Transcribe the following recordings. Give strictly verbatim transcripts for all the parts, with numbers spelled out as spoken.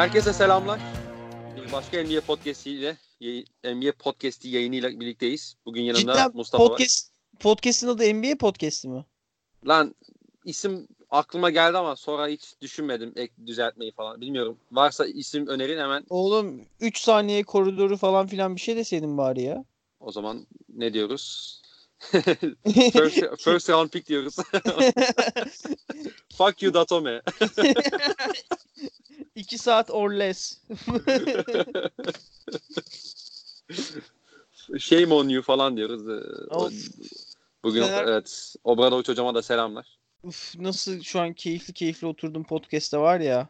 Herkese selamlar. Bir başka N B A Podcast'i ile N B A Podcast'i yayınıyla birlikteyiz. Bugün yanımda Cidden Mustafa podcast, var. Podcast'in adı N B A Podcast'i mi? Lan isim aklıma geldi ama sonra hiç düşünmedim ek düzeltmeyi falan. Bilmiyorum. Varsa isim önerin hemen. Oğlum üç saniye koridoru falan filan bir şey deseydin bari ya. O zaman ne diyoruz? first, first round pick diyoruz. Fuck you Datome. İki saat or less. Shame on you falan diyoruz. O, bugün Fener... evet Obradoviç hocama da selamlar. Uf, nasıl şu an keyifli keyifli oturdum podcast'te var ya.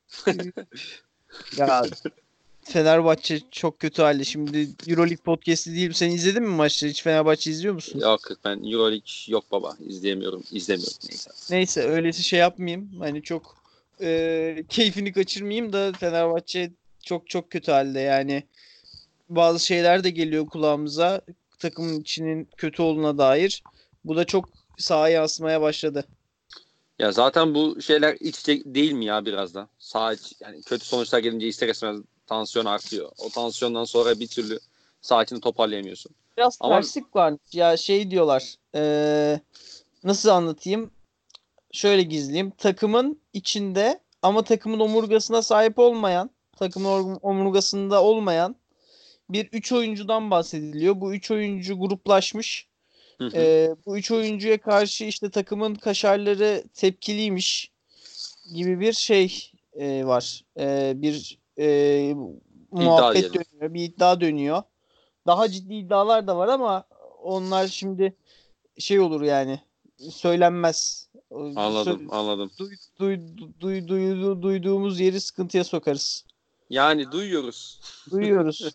Ya Fenerbahçe çok kötü halde. Şimdi Euroleague podcast'i değil. Sen izledin mi maçları? Hiç Fenerbahçe izliyor musun? Yok ben Euroleague yok baba. İzleyemiyorum. İzlemiyorum neyse. Neyse öylesi şey yapmayayım. Hani çok e, keyfini kaçırmayayım da Fenerbahçe çok çok kötü halde. Yani bazı şeyler de geliyor kulağımıza. Takımın içinin kötü olduğuna dair. Bu da çok sahaya yansımaya başladı. Ya zaten bu şeyler iç içe değil mi ya biraz da? Sağ iç, yani kötü sonuçlar gelince ister istemez tansiyon artıyor. O tansiyondan sonra bir türlü sağ içini toparlayamıyorsun. Biraz Ama terslik var. Ya şey diyorlar. Ee, nasıl anlatayım? Şöyle gizleyeyim. Takımın içinde ama takımın omurgasına sahip olmayan, takımın omurgasında olmayan bir üç oyuncudan bahsediliyor. Bu üç oyuncu gruplaşmış. hı hı. Ee, bu üç oyuncuya karşı işte takımın kaşarları tepkiliymiş gibi bir şey e, var. E, bir e, muhabbet diyelim. dönüyor, bir iddia dönüyor. Daha ciddi iddialar da var ama onlar şimdi şey olur yani söylenmez. Anladım, anladım. Duy, duy, duy, duy, duyduğumuz yeri sıkıntıya sokarız. Yani duyuyoruz. Duyuyoruz.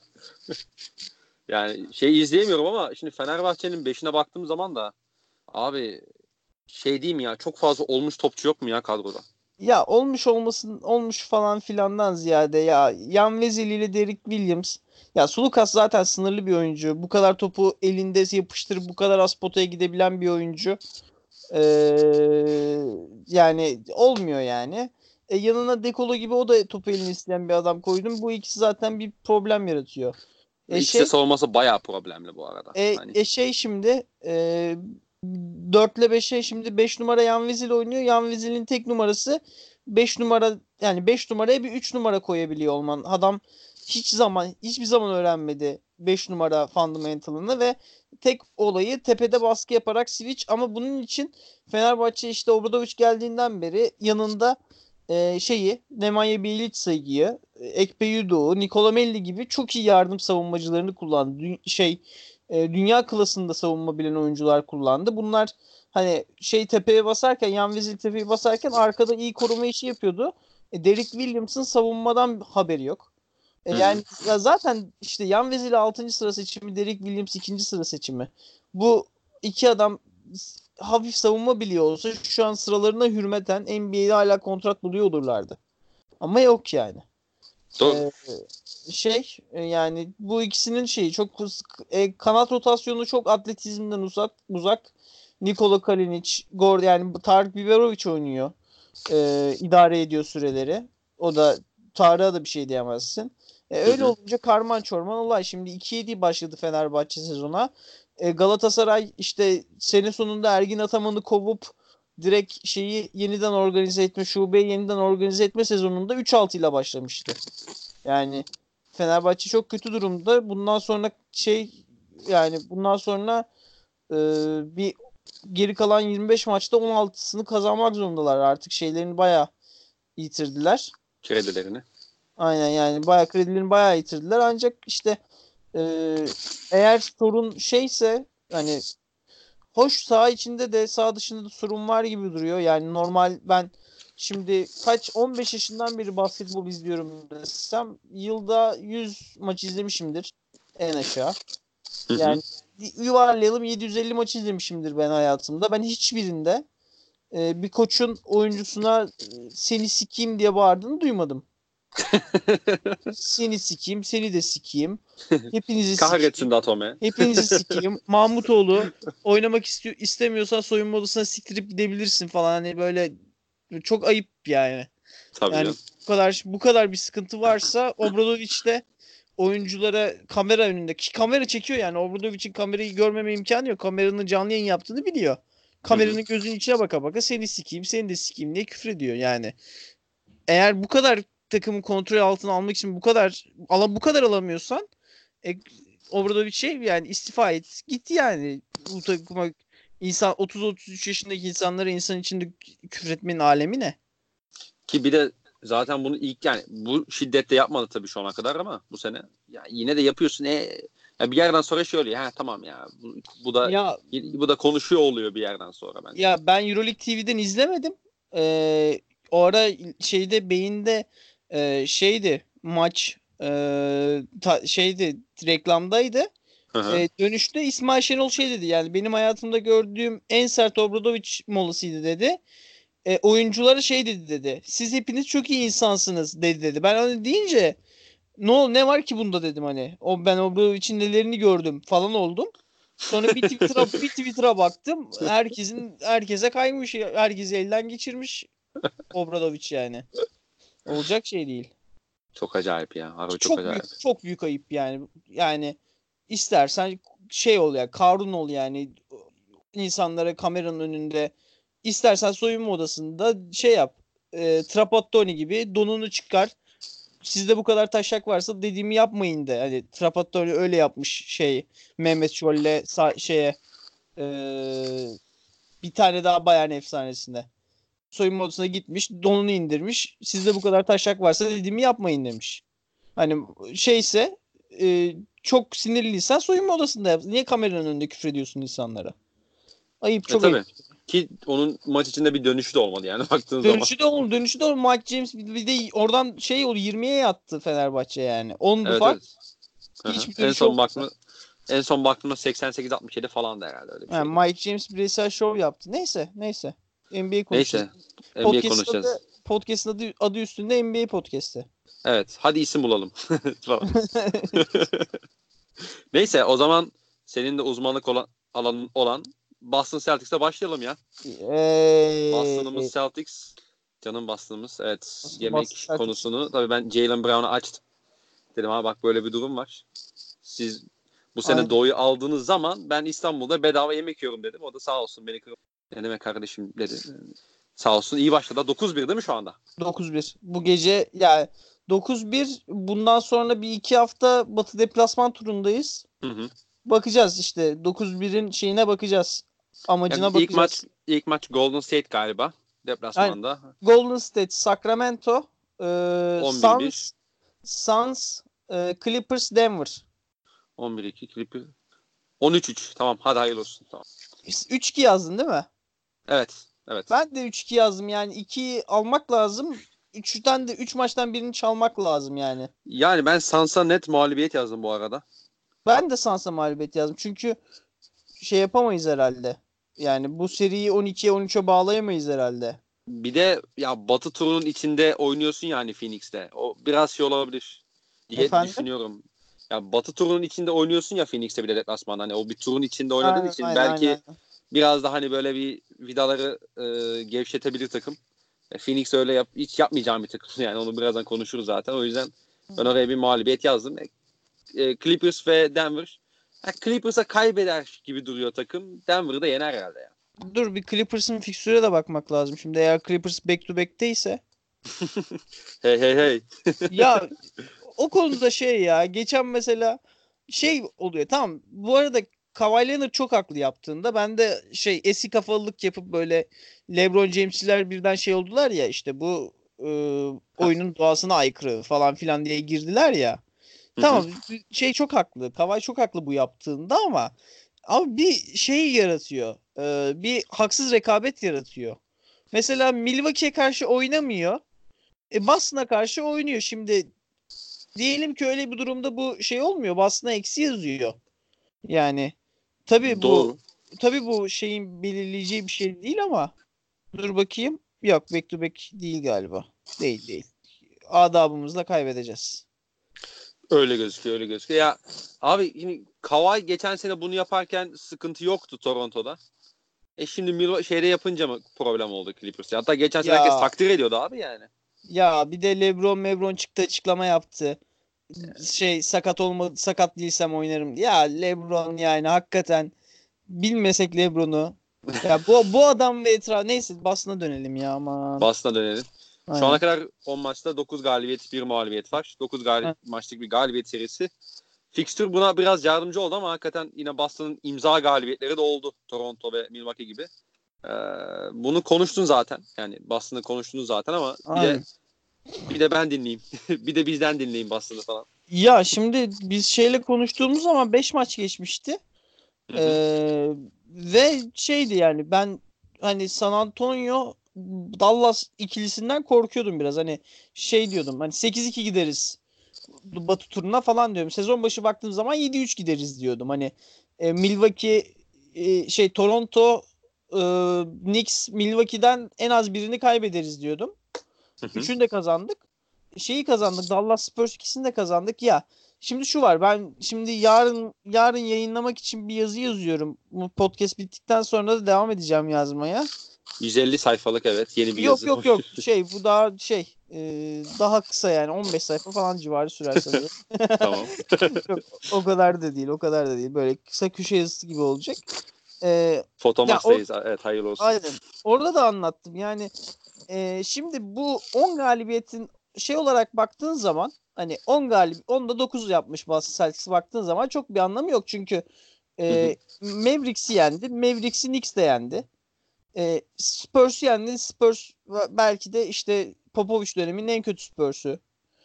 Yani şey izleyemiyorum ama şimdi Fenerbahçe'nin beşine baktığım zaman da abi şey diyeyim ya çok fazla olmuş topçu yok mu ya kadroda? Ya olmuş olmasın olmuş falan filandan ziyade ya Yan Vezeli ile Derek Williams, ya Sulukas zaten sınırlı bir oyuncu. Bu kadar topu elinde yapıştırıp bu kadar az potaya gidebilen bir oyuncu. Ee, yani olmuyor yani. E, yanına Dekolo gibi o da topu eline isteyen bir adam koydum. Bu ikisi zaten bir problem yaratıyor. Ve E ikisi de şey savunması bayağı problemli bu arada. e, Hani e şey şimdi e, dört ile beşe şimdi beş numara Yan Vezil oynuyor. Yan Vezil'in tek numarası beş numara, yani beş numaraya bir üç numara koyabiliyor olman. Adam hiç zaman hiçbir zaman öğrenmedi beş numara fundamentalını ve tek olayı tepede baskı yaparak switch, ama bunun için Fenerbahçe işte Obradović geldiğinden beri yanında e, şeyi Nemanja Bjelića'yı, Ekpe Yudo'u, Nikola Melli gibi çok iyi yardım savunmacılarını kullandı. Dü- şey e, dünya klasında savunma bilen oyuncular kullandı. Bunlar hani şey tepeye basarken, Yan Vezil tepeye basarken arkada iyi koruma işi yapıyordu. E, Derek Williams'ın savunmadan haberi yok. E, yani ya zaten işte Yan Vezil altıncı sıra seçimi, Derek Williams ikinci sıra seçimi. Bu iki adam hafif savunma biliyor olsa şu an sıralarına hürmeten N B A'de hala kontrat buluyor olurlardı. Ama yok yani. Ee, şey yani bu ikisinin şeyi çok e, kanat rotasyonu çok atletizmden uzak uzak. Nikola Kalinic, Gord, yani Tarık Biberovic oynuyor. Ee, idare ediyor süreleri. O da Tarık'a da bir şey diyemezsin. E, öyle hı hı. olunca karman çorman olay. Şimdi iki yedi başladı Fenerbahçe sezona. E, Galatasaray işte sene sonunda Ergin Ataman'ı kovup direkt şeyi yeniden organize etme, şubeyi yeniden organize etme sezonunda üç altı ile başlamıştı. Yani Fenerbahçe çok kötü durumda. Bundan sonra şey yani bundan sonra e, bir geri kalan yirmi beş maçta on altısını kazanmak zorundalar. Artık şeylerini bayağı yitirdiler. Kredilerini. Aynen, yani bayağı kredilerini bayağı yitirdiler. Ancak işte e, eğer sorun şeyse, hani hoş saha içinde de saha dışında da sorun var gibi duruyor. Yani normal ben şimdi kaç on beş yaşından beri basketbol izliyorum desem yılda yüz maç izlemişimdir en aşağı. Hı hı. Yani yuvarlayalım yedi yüz elli maç izlemişimdir ben hayatımda. Ben hiçbirinde e, bir koçun oyuncusuna e, seni sikeyim diye bağırdığını duymadım. Seni sikeyim, seni de sikeyim. Hepinizi sikeyim. Kahretsin Datome. Hepinizi sikeyim. Mahmutoğlu oynamak istiyor, istemiyorsan soyunma odasına siktirip gidebilirsin falan. Hani böyle çok ayıp yani. Tabii Yani canım. Bu kadar bu kadar bir sıkıntı varsa Obradoviç de oyunculara kamera önünde ki kamera çekiyor yani Obradovic'in kamerayı görmeme imkanı yok. Kameranın canlı yayın yaptığını biliyor. Kameranın gözünün içine baka baka seni sikeyim, seni de sikeyim diye küfür ediyor yani. Eğer bu kadar takımı kontrol altına almak için bu kadar ala bu kadar alamıyorsan e, Obradovic şey yani istifa et. Git yani. Bu takıma insan otuz otuz üç yaşındaki insanlara insan içinde küfür etmenin alemi ne? Ki bir de zaten bunu ilk yani bu şiddette yapmadı tabii şu ana kadar ama bu sene ya yine de yapıyorsun. E, ya bir yerden sonra şöyle ha tamam ya bu, bu da Ya bu da konuşuyor oluyor bir yerden sonra bence. ya ben EuroLeague T V'den izlemedim. Ee, o ara şeyde beyinde e, şeydi maç e, ta, şeydi reklamdaydı. Hı hı. E, dönüşte İsmail Şenol şey dedi yani benim hayatımda gördüğüm en sert Obradovic molasıydı dedi. E, oyunculara şey dedi dedi. Siz hepiniz çok iyi insansınız dedi dedi. Ben öyle deyince ne ol ne var ki bunda dedim hani. O ben Obradovic'in nelerini gördüm falan oldum. Sonra bir Twitter'a bir Twitter'a baktım. Herkesin herkese kaymış. Herkesi elden geçirmiş Obradovic yani. Olacak şey değil. Çok acayip ya. Harbi çok Çok acayip. büyük çok büyük ayıp yani. Yani istersen şey ol ya Karun ol yani insanlara kameranın önünde istersen soyunma odasında şey yap e, Trapattoni gibi donunu çıkar sizde bu kadar taşak varsa dediğimi yapmayın de hani Trapattoni öyle yapmış şey Mehmet Scholl'le sa- şeye e, bir tane daha Bayern efsanesinde soyunma odasına gitmiş donunu indirmiş sizde bu kadar taşak varsa dediğimi yapmayın demiş. Hani şeyse e, çok sinirliysen soyunma odasında yap. Niye kameranın önünde küfür ediyorsun insanlara? Ayıp E çok ayıp. tabii. Ki onun maç içinde bir dönüşü de olmadı yani baktığın zaman. Dönüşü de olur. Dönüşü de olur. Mike James bir bir de oradan şey oldu yirmiye yattı Fenerbahçe yani. ondu Evet fark. evet. Hı hı. Hiçbir En dönüş son olmadı. baktığımda en son baktığımda seksen sekiz altmış yedi falan da herhalde öyle bir Yani şeydi. Mike James bireysel şov yaptı. Neyse, neyse. N B A konuşacağız. Neyse. N B A Podcast'ın adı, konuşacağız. podcast'ın adı, adı üstünde N B A podcast'i. Evet. Hadi isim bulalım. Falan. Neyse o zaman senin de uzmanlık olan alanın olan Boston Celtics'e başlayalım ya. Boston'ımız Eee Celtics. Canım Boston'ımız. Evet. Boston Yemek Celtics. konusunu tabii ben Jaylen Brown'u açtım. Dedim ha bak böyle bir durum var. Siz bu sene Aynen. Doğu'yu aldığınız zaman ben İstanbul'da bedava yemek yiyorum dedim. O da sağ olsun beni kırmadı. Ne demek kardeşim dedi. Sağ olsun iyi başladı. dokuz bir değil mi şu anda? dokuz bir. Bu gece yani dokuz bir bundan sonra bir iki hafta Batı deplasman turundayız. Hı hı. Bakacağız işte dokuz birin şeyine bakacağız. Yani Amacına ilk maç bakacağız. ilk maç Golden State galiba Yani deplasmanda. Golden State, Sacramento, e, on bir bir. Suns, Suns, e, Clippers, Denver. on bir iki Clipper. on üç üç. Tamam hadi hayırlı olsun. Tamam. üç iki yazdın değil mi? Evet. Evet. Ben de üç iki yazdım yani ikiyi almak lazım. üçten de üç maçtan birini çalmak lazım yani. Yani ben Suns'a net mağlubiyet yazdım bu arada. Ben de Suns'a mağlubiyet yazdım. Çünkü şey yapamayız herhalde. Yani bu seriyi on ikiye on üçe bağlayamayız herhalde. Bir de ya Batı turunun içinde oynuyorsun yani Phoenix'te. O biraz şey olabilir diye Efendim? düşünüyorum. Ya Batı turunun içinde oynuyorsun ya Phoenix'te bir de deplasmanda. Hani o bir turun içinde oynadığın Aynen için aynen aynen. belki aynen. biraz da hani böyle bir vidaları e, gevşetebilir takım. E, Phoenix öyle yap, hiç yapmayacağım bir takım. Yani onu birazdan konuşuruz zaten. O yüzden ben oraya bir mağlubiyet yazdım. E, e, Clippers ve Denver. Ha, Clippers'a kaybeder gibi duruyor takım. Denver'ı da yener herhalde ya. Dur bir Clippers'ın fikstüre de bakmak lazım. Şimdi eğer Clippers back to back'teyse. Hey hey hey. Ya o konuda şey ya geçen mesela şey oluyor tamam bu arada Kawhi Leonard çok haklı yaptığında ben de şey eski kafalılık yapıp böyle LeBron James'ler birden şey oldular ya işte bu e, oyunun doğasına aykırı falan filan diye girdiler ya. Hı hı. Tamam şey çok haklı Kawhi çok haklı bu yaptığında ama abi bir şey yaratıyor e, bir haksız rekabet yaratıyor. Mesela Milwaukee'ye karşı oynamıyor. E Boston'a karşı oynuyor. Şimdi diyelim ki öyle bir durumda bu şey olmuyor. Boston'a eksi yazıyor. Yani tabii bu Doğru. tabii bu şeyin belirleyeceği bir şey değil ama dur bakayım. Yok back to back değil galiba. Değil değil. Adabımızla kaybedeceğiz. Öyle gözüküyor, öyle gözüküyor. Ya abi şimdi Kawhi geçen sene bunu yaparken sıkıntı yoktu Toronto'da. E şimdi Milo şeyde yapınca mı problem oldu Clippers? Hatta geçen sene herkes Ya takdir ediyordu abi yani. Ya bir de LeBron Mebron çıktı açıklama yaptı. Şey sakat olmadı sakat değilsem oynarım. Ya LeBron yani hakikaten bilmesek LeBron'u. Ya bu bu adam ve etrafı neyse basına dönelim ya aman. Boston'a dönelim. Şu ana Aynen. kadar on maçta dokuz galibiyet, bir mağlubiyet var. dokuz gal- Ha, maçlık bir galibiyet serisi. Fixture buna biraz yardımcı oldu ama hakikaten yine Boston'ın imza galibiyetleri de oldu. Toronto ve Milwaukee gibi. Ee, bunu konuştun zaten. Yani Boston'ı konuştunuz zaten ama bir de aynen. bir de ben dinleyeyim. bir de bizden dinleyin Boston'ı falan. Ya şimdi biz şeyle konuştuğumuz zaman beş maç geçmişti. Hı hı. Ee, ve şeydi yani ben hani San Antonio Dallas ikilisinden korkuyordum biraz. Hani şey diyordum hani sekiz iki gideriz Batı turuna falan diyorum. Sezon başı baktığım zaman yedi üç gideriz diyordum. Hani e, Milwaukee e, şey Toronto e, Knicks Milwaukee'den en az birini kaybederiz diyordum. Hı hı. Üçünü de kazandık. Şeyi kazandık. Dallas Spurs ikisini de kazandık. Ya şimdi şu var. Ben şimdi yarın yarın yayınlamak için bir yazı yazıyorum. Bu podcast bittikten sonra da devam edeceğim yazmaya. yüz elli sayfalık evet yeni bir Yok yazı. yok yok. Şey bu daha şey e, daha kısa yani on beş sayfa falan civarı sürer sanırım. Tamam. Yok, o kadar da değil. O kadar da değil. Böyle kısa köşe yazısı gibi olacak. E, ya or Fotomaç'tayız. Evet hayırlı olsun. aynen. Orada da anlattım. Yani e, şimdi bu on galibiyetin şey olarak baktığın zaman hani on galib onda dokuz yapmış Boston Celtics baktığın zaman çok bir anlamı yok. Çünkü Hı hı. e, Mavericks'i yendi. Mavericks'i Knicks de yendi. E, Spurs'u yendi. Spurs belki de işte Popovich döneminin en kötü Spurs'u.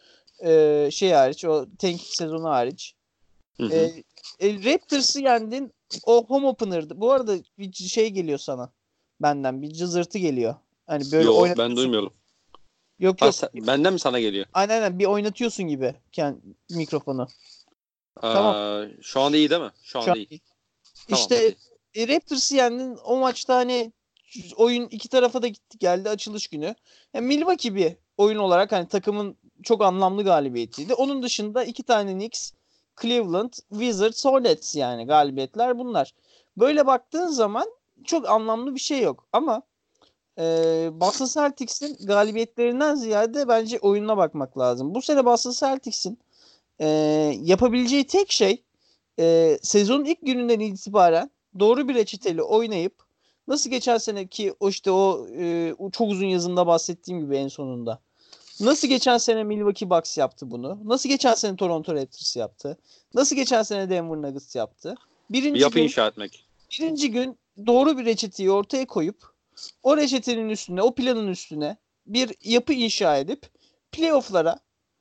E, şey hariç o tanking sezonu hariç. Hı E, hı. e, Raptors'ı yendin. O home opener'dı. Bu arada bir şey geliyor sana. Benden bir cızırtı geliyor. Hani böyle Yo ben oynatıyorsun. duymuyorum. Yok Ha, yok. sen- benden mi sana geliyor? Aynen aynen bir oynatıyorsun gibi kendi mikrofonu. Tamam Aa, şu anda iyi değil mi? Şu şu an anda iyi. iyi. Tamam İşte hadi. e, Raptors'ı yendin. O maçta hani oyun iki tarafa da gitti geldi açılış günü. Yani Milwaukee bir oyun olarak hani takımın çok anlamlı galibiyetiydi. Onun dışında iki tane Knicks, Cleveland, Wizards, Hornets yani galibiyetler bunlar. Böyle baktığın zaman çok anlamlı bir şey yok. Ama e, Boston Celtics'in galibiyetlerinden ziyade bence oyununa bakmak lazım. Bu sene Boston Celtics'in e, yapabileceği tek şey e, sezonun ilk gününden itibaren doğru bir reçeteli oynayıp nasıl geçen seneki o işte o, e, o çok uzun yazımda bahsettiğim gibi en sonunda. Nasıl geçen sene Milwaukee Bucks yaptı bunu? Nasıl geçen sene Toronto Raptors yaptı? Nasıl geçen sene Denver Nuggets yaptı? Bir Birinci yapı gün inşa etmek. birinci gün doğru bir reçeteyi ortaya koyup o reçetenin üstüne, o planın üstüne bir yapı inşa edip playoff'lara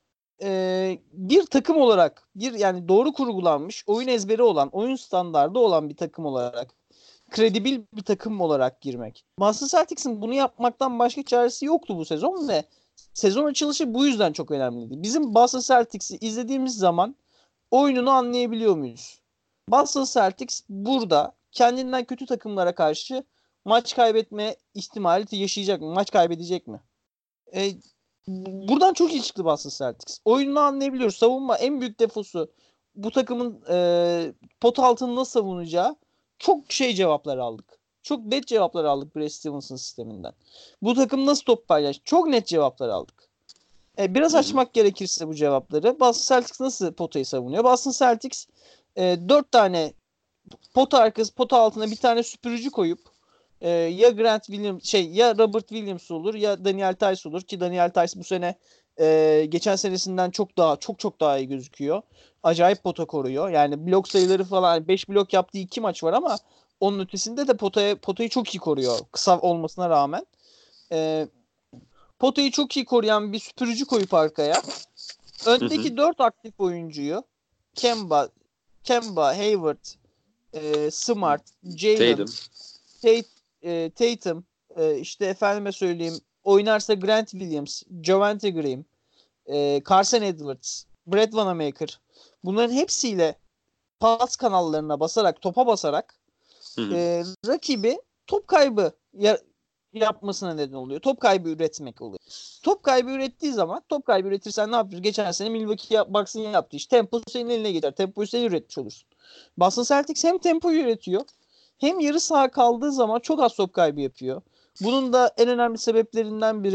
e, bir takım olarak bir yani doğru kurgulanmış oyun ezberi olan oyun standardı olan bir takım olarak kredibil bir takım olarak girmek. Boston Celtics'in bunu yapmaktan başka çaresi yoktu bu sezon ve sezon açılışı bu yüzden çok önemliydi. Bizim Boston Celtics'i izlediğimiz zaman oyununu anlayabiliyor muyuz? Boston Celtics burada kendinden kötü takımlara karşı maç kaybetme ihtimali yaşayacak mı? Maç kaybedecek mi? E, buradan çok iyi çıktı Boston Celtics. Oyununu anlayabiliyoruz. Savunma en büyük defosu bu takımın e, pot altını nasıl savunacağı çok şey cevaplar aldık. Çok net cevaplar aldık Brad Stevenson sisteminden. Bu takım nasıl top paylaş? Çok net cevaplar aldık. E, biraz Hı hı. açmak gerekirse bu cevapları. Boston Celtics nasıl potayı savunuyor? Boston Celtics e, dört tane pot arkası pot altına bir tane süpürücü koyup e, ya Grant Williams şey ya Robert Williams olur ya Daniel Tice olur ki Daniel Tice bu sene e, geçen senesinden çok daha çok çok daha iyi gözüküyor. Acayip pota koruyor. Yani blok sayıları falan beş blok yaptığı iki maç var ama onun ötesinde de potaya potayı çok iyi koruyor. Kısa olmasına rağmen. E, potayı çok iyi koruyan bir süpürücü koyup arkaya Hı hı. öndeki dört aktif oyuncuyu Kemba, Kemba, Hayward, e, Smart, Jalen, Tatum. Tate, e, Tatum, e, işte efendime söyleyeyim oynarsa Grant Williams, Javante Graham, e, Carson Edwards, Brad Wanamaker bunların hepsiyle pas kanallarına basarak topa basarak Hı hı. e, rakibi top kaybı ya- yapmasına neden oluyor. Top kaybı üretmek oluyor. Top kaybı ürettiği zaman top kaybı üretirsen ne yapıyorsun? Geçen sene Milwaukee Bucks'ın yaptığı iş. Tempo senin eline geçer. Tempoyu sen üretmiş olursun. Boston Celtics hem tempoyu üretiyor hem yarı saha kaldığı zaman çok az top kaybı yapıyor. Bunun da en önemli sebeplerinden biri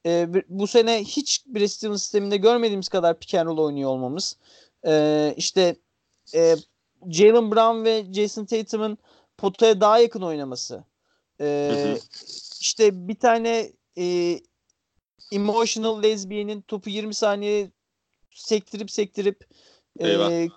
e, bu sene hiç Brad Stevens sisteminde görmediğimiz kadar pick and roll oynuyor olmamız. E, işte e, Jaylen Brown ve Jason Tatum'un potaya daha yakın oynaması. Hı hı. E, işte bir tane e, emotional lesbian'in topu yirmi saniye sektirip sektirip Eyvah. e,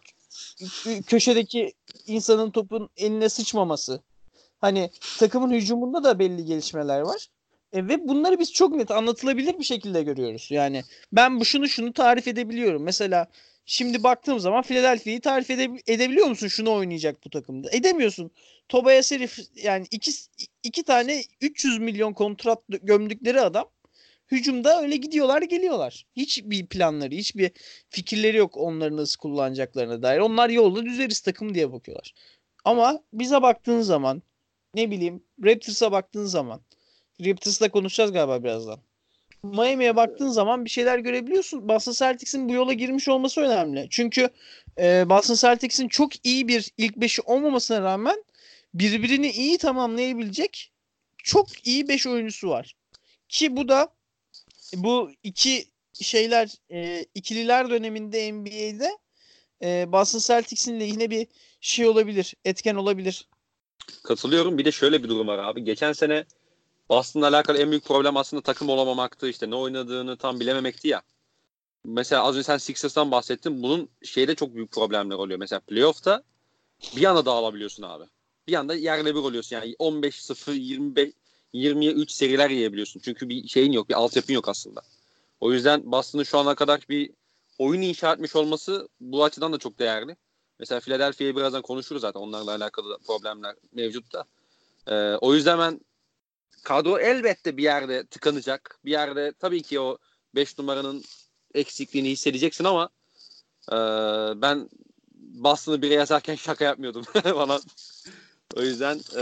köşedeki insanın topun eline sıçmaması. Hani takımın hücumunda da belli gelişmeler var. E, ve bunları biz çok net anlatılabilir bir şekilde görüyoruz. Yani ben bu şunu şunu tarif edebiliyorum. Mesela şimdi baktığım zaman Philadelphia'yı tarif ede- edebiliyor musun? Şunu oynayacak bu takımda. Edemiyorsun. Tobias Harris yani iki, iki tane üç yüz milyon kontrat gömdükleri adam hücumda öyle gidiyorlar geliyorlar. Hiçbir planları, hiçbir fikirleri yok onları nasıl kullanacaklarına dair. Onlar yolda düzeriz takım diye bakıyorlar. Ama bize baktığın zaman ne bileyim Raptors'a baktığın zaman Raptors'la konuşacağız galiba birazdan. Miami'ye baktığın zaman bir şeyler görebiliyorsun. Boston Celtics'in bu yola girmiş olması önemli. Çünkü e, Boston Celtics'in çok iyi bir ilk beşi olmamasına rağmen birbirini iyi tamamlayabilecek çok iyi beş oyuncusu var. Ki bu da bu iki şeyler e, ikililer döneminde N B A'de e, Boston Celtics'in lehine bir şey olabilir, etken olabilir. Katılıyorum. Bir de şöyle bir durum var abi. Geçen sene Boston'la alakalı en büyük problem aslında takım olamamaktı. İşte ne oynadığını tam bilememekti ya. Mesela az önce sen Sixers'tan bahsettin. Bunun şeyde çok büyük problemler oluyor. Mesela playoff'ta bir anda dağılabiliyorsun abi. Bir anda yerle bir oluyorsun. Yani on beş sıfır, yirmi beş, yirmiye üç seriler yiyebiliyorsun. Çünkü bir şeyin yok, bir altyapın yok aslında. O yüzden Boston'ın şu ana kadar bir oyun inşa etmiş olması bu açıdan da çok değerli. Mesela Philadelphia'yı birazdan konuşuruz zaten. Onlarla alakalı da problemler mevcut da. Ee, o yüzden ben kadro elbette bir yerde tıkanacak. Bir yerde tabii ki o beş numaranın eksikliğini hissedeceksin ama e, ben Boston'ı bire yazarken şaka yapmıyordum bana. O yüzden e,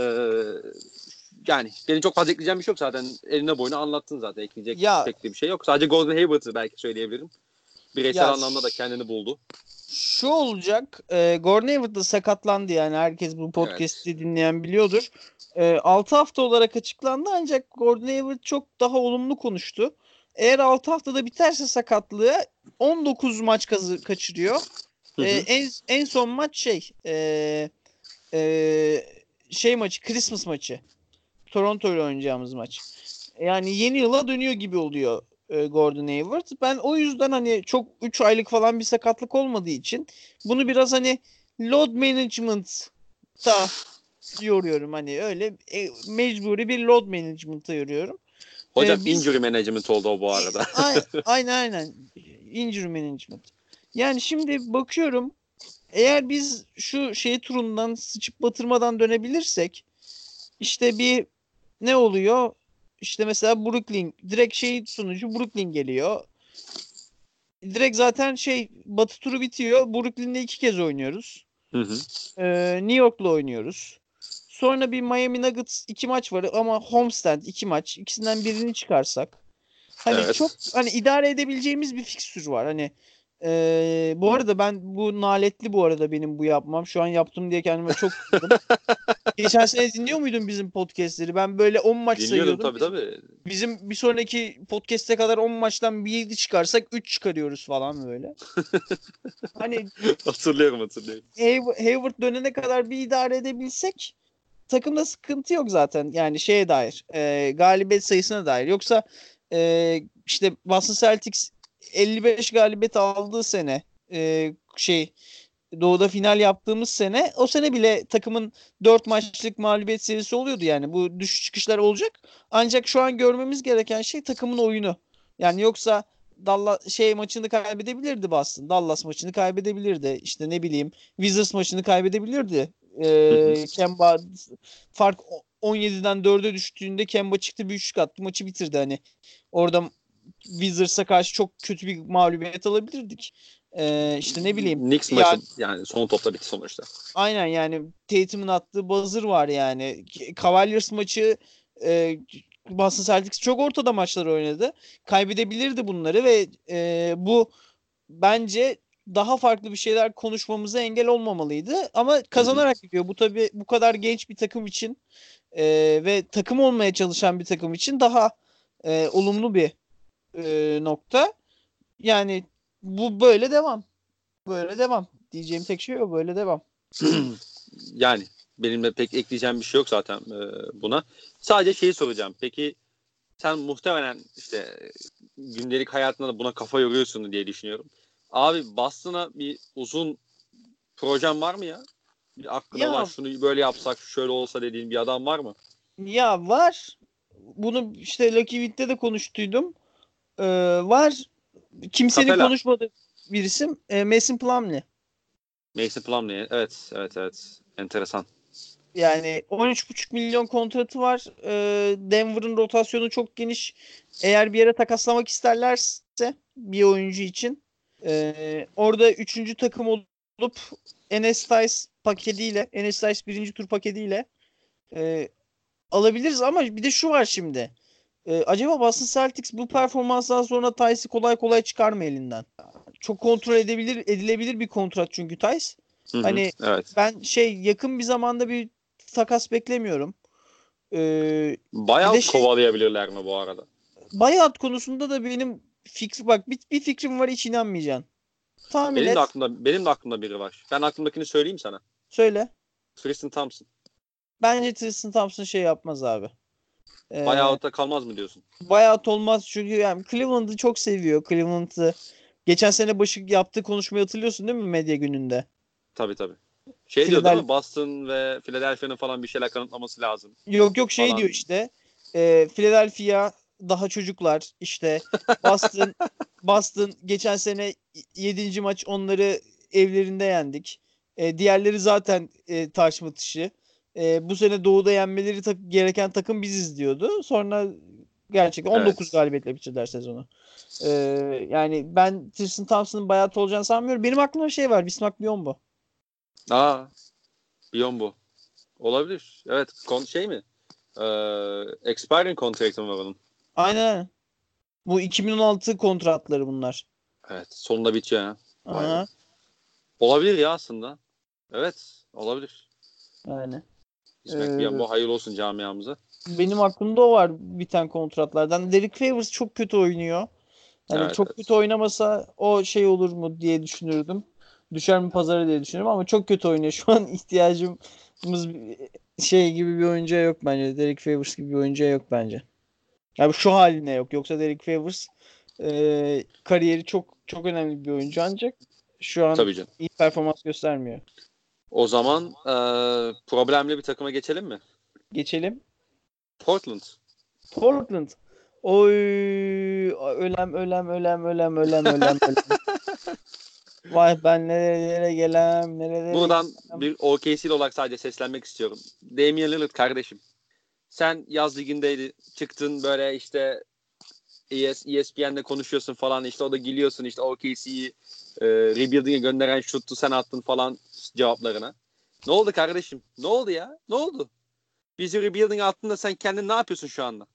yani benim çok fazla ekleyeceğim bir şey yok zaten. Eline boyuna anlattın zaten. Ekleyecek Ya pek de bir şey yok. Sadece Gordon Hayward'ı belki söyleyebilirim. Bireysel ya anlamda da kendini buldu. şu olacak. E, Gordon Hayward da sakatlandı yani herkes bu Evet. podcast'i dinleyen biliyordur. E, altı hafta olarak açıklandı ancak Gordon Hayward çok daha olumlu konuştu. Eğer altı haftada biterse sakatlığı on dokuz maç kazı kaçırıyor. Hı E, hı. en en son maç şey e, e, şey maçı Christmas maçı. Toronto ile oynayacağımız maç. Yani yeni yıla dönüyor gibi oluyor e, Gordon Hayward. Ben o yüzden hani çok üç aylık falan bir sakatlık olmadığı için bunu biraz hani load management'ta yoruyorum. Hani öyle e, mecburi bir load management'ta yoruyorum. Hocam E, biz injury management oldu o bu e, arada. a- aynen aynen injury management. Yani şimdi bakıyorum eğer biz şu şey turundan sıçıp batırmadan dönebilirsek işte bir ne oluyor? İşte mesela Brooklyn direkt şey sonucu Brooklyn geliyor. Direkt zaten şey Batı turu bitiyor. Brooklyn'de iki kez oynuyoruz. Hı hı. Ee, New York'la oynuyoruz. Sonra bir Miami Nuggets iki maç var ama homestand iki maç. İkisinden birini çıkarsak. Hani çok Evet. hani idare edebileceğimiz bir fikstür var. Hani ee, bu arada ben bu naletli bu arada benim bu yapmam. Şu an yaptım diye kendime çok kızdım. Geçen sene dinliyor muydun bizim podcastleri? Ben böyle on maç Dinliyordum sayıyordum. tabii Bizim tabii. bizim bir sonraki podcast'e kadar on maçtan bir yedi çıkarsak üç çıkarıyoruz falan böyle. Hani Hatırlıyorum hatırlıyorum. Hay- Hayward dönene kadar bir idare edebilsek takımda sıkıntı yok zaten. Yani şeye dair, e, galibiyet sayısına dair. Yoksa e, işte Boston Celtics elli beş galibiyet aldığı sene e, şey Doğu'da final yaptığımız sene o sene bile takımın dört maçlık mağlubiyet serisi oluyordu yani. Bu düşüş çıkışlar olacak. Ancak şu an görmemiz gereken şey takımın oyunu. Yani yoksa Dallas şey maçını kaybedebilirdi Boston. Dallas maçını kaybedebilirdi. İşte ne bileyim Wizards maçını kaybedebilirdi. Hı hı. Ee, Kemba fark on yediden dörde düştüğünde Kemba çıktı bir üçlük attı maçı bitirdi hani. Orada Wizards'a karşı çok kötü bir mağlubiyet alabilirdik. Ee, işte ne bileyim. Knicks Ya maçı yani son topta bitti sonuçta. aynen yani Tatum'un attığı buzzer var yani. Cavaliers maçı e, Boston Celtics çok ortada maçlar oynadı. Kaybedebilirdi bunları ve e, bu bence daha farklı bir şeyler konuşmamıza engel olmamalıydı. Ama Hı hı. kazanarak gidiyor. Bu tabii bu kadar genç bir takım için e, ve takım olmaya çalışan bir takım için daha e, olumlu bir. e, nokta. Yani bu böyle devam. Böyle devam. Diyeceğim tek şey o. Böyle devam. Yani benim de pek ekleyeceğim bir şey yok zaten e, buna. Sadece şeyi soracağım. Peki sen muhtemelen işte gündelik hayatında da buna kafa yoruyorsun diye düşünüyorum. Abi Boston'a bir uzun projen var mı ya? Bir aklına olan Ya şunu böyle yapsak şöyle olsa dediğin bir adam var mı? ya var. Bunu işte Lucky Wit'te de konuştuydum. Ee, var. Kimsenin Capella. konuşmadığı bir isim. E, Mason Plumlee. Mason Plumlee. Evet, evet, evet. Enteresan. Yani on üç buçuk milyon kontratı var. Ee, Denver'ın rotasyonu çok geniş. Eğer bir yere takaslamak isterlerse bir oyuncu için e, orada üçüncü takım olup Enes Tice paketiyle Enes Tice birinci tur paketiyle e, alabiliriz ama bir de şu var şimdi. E, acaba Boston Celtics bu performanstan sonra Tice'ı kolay kolay çıkar mı elinden? Çok kontrol edebilir edilebilir bir kontrat çünkü Tice. Hı hı, Hani evet. ben şey yakın bir zamanda bir takas beklemiyorum. Ee, bir de Bayağı şey kovalayabilirler mi bu arada? buyout konusunda da benim fikri bak bir, bir fikrim var hiç inanmayacaksın. Tahmin Benim de et. aklımda benim de aklımda biri var. Ben aklımdakini söyleyeyim sana. Söyle. Tristan Thompson. Bence Tristan Thompson şey yapmaz abi. Ee, Buyout'ta kalmaz mı diyorsun? buyout olmaz çünkü yani Cleveland'ı çok seviyor. Cleveland'ı geçen sene başı yaptığı konuşmayı hatırlıyorsun değil mi medya gününde? Tabii tabii. Şey diyor değil Philadelphia mi? Boston ve Philadelphia'nın falan bir şeyler kanıtlaması lazım yok yok şey diyor falan. işte. E, Philadelphia daha çocuklar işte Boston Boston geçen sene yedinci maç onları evlerinde yendik. E, diğerleri zaten e, taş matışı. E, bu sene doğuda yenmeleri tak- gereken takım biziz diyordu. Sonra gerçekten on dokuz Evet. galibiyetle bitirdiler sezonu. E, yani ben Tristan Thompson'ın bayat olacağını sanmıyorum. Benim aklımda bir şey var. Bismack Biyombo. Aa, Biyombo. Olabilir. Evet. Kon şey mi? Ee, expiring contract mı var onun? Aynen aynen. Bu iki bin on altı kontratları bunlar. Evet. Sonunda bitiyor ya. Vay be. Aha. Olabilir ya aslında. Evet. Olabilir. Yani. İsmail Ee, Biyombo hayırlı olsun camiamıza. benim aklımda o var biten kontratlardan. Derek Favors çok kötü oynuyor. Hani Evet, çok kötü evet. oynamasa o şey olur mu diye düşünürdüm. Düşer mi pazara diye düşünüyorum ama çok kötü oynuyor. Şu an ihtiyacımız şey gibi bir oyuncuya yok bence. Derek Favors gibi bir oyuncuya yok bence. Yani şu haline yok. Yoksa Derek Favors e, kariyeri çok çok önemli bir oyuncu ancak şu an Tabii canım. iyi performans göstermiyor. O zaman ee, problemli bir takıma geçelim mi? Geçelim. Portland. Portland. Oy ölem ölem ölem ölem ölem ölem ölem. Vay ben nerelere gelem nerelere Buradan gelem. bir O K C'li olarak sadece seslenmek istiyorum. Damian Lillard kardeşim. Sen yaz ligindeydi. Çıktın böyle işte E S P N'de konuşuyorsun falan işte o da gülüyorsun işte O K C'yi e, rebuilding'e gönderen şuttu sen attın falan cevaplarına. Ne oldu kardeşim? Ne oldu ya? Ne oldu? Bizi rebuilding'e attın da sen kendin ne yapıyorsun şu anda?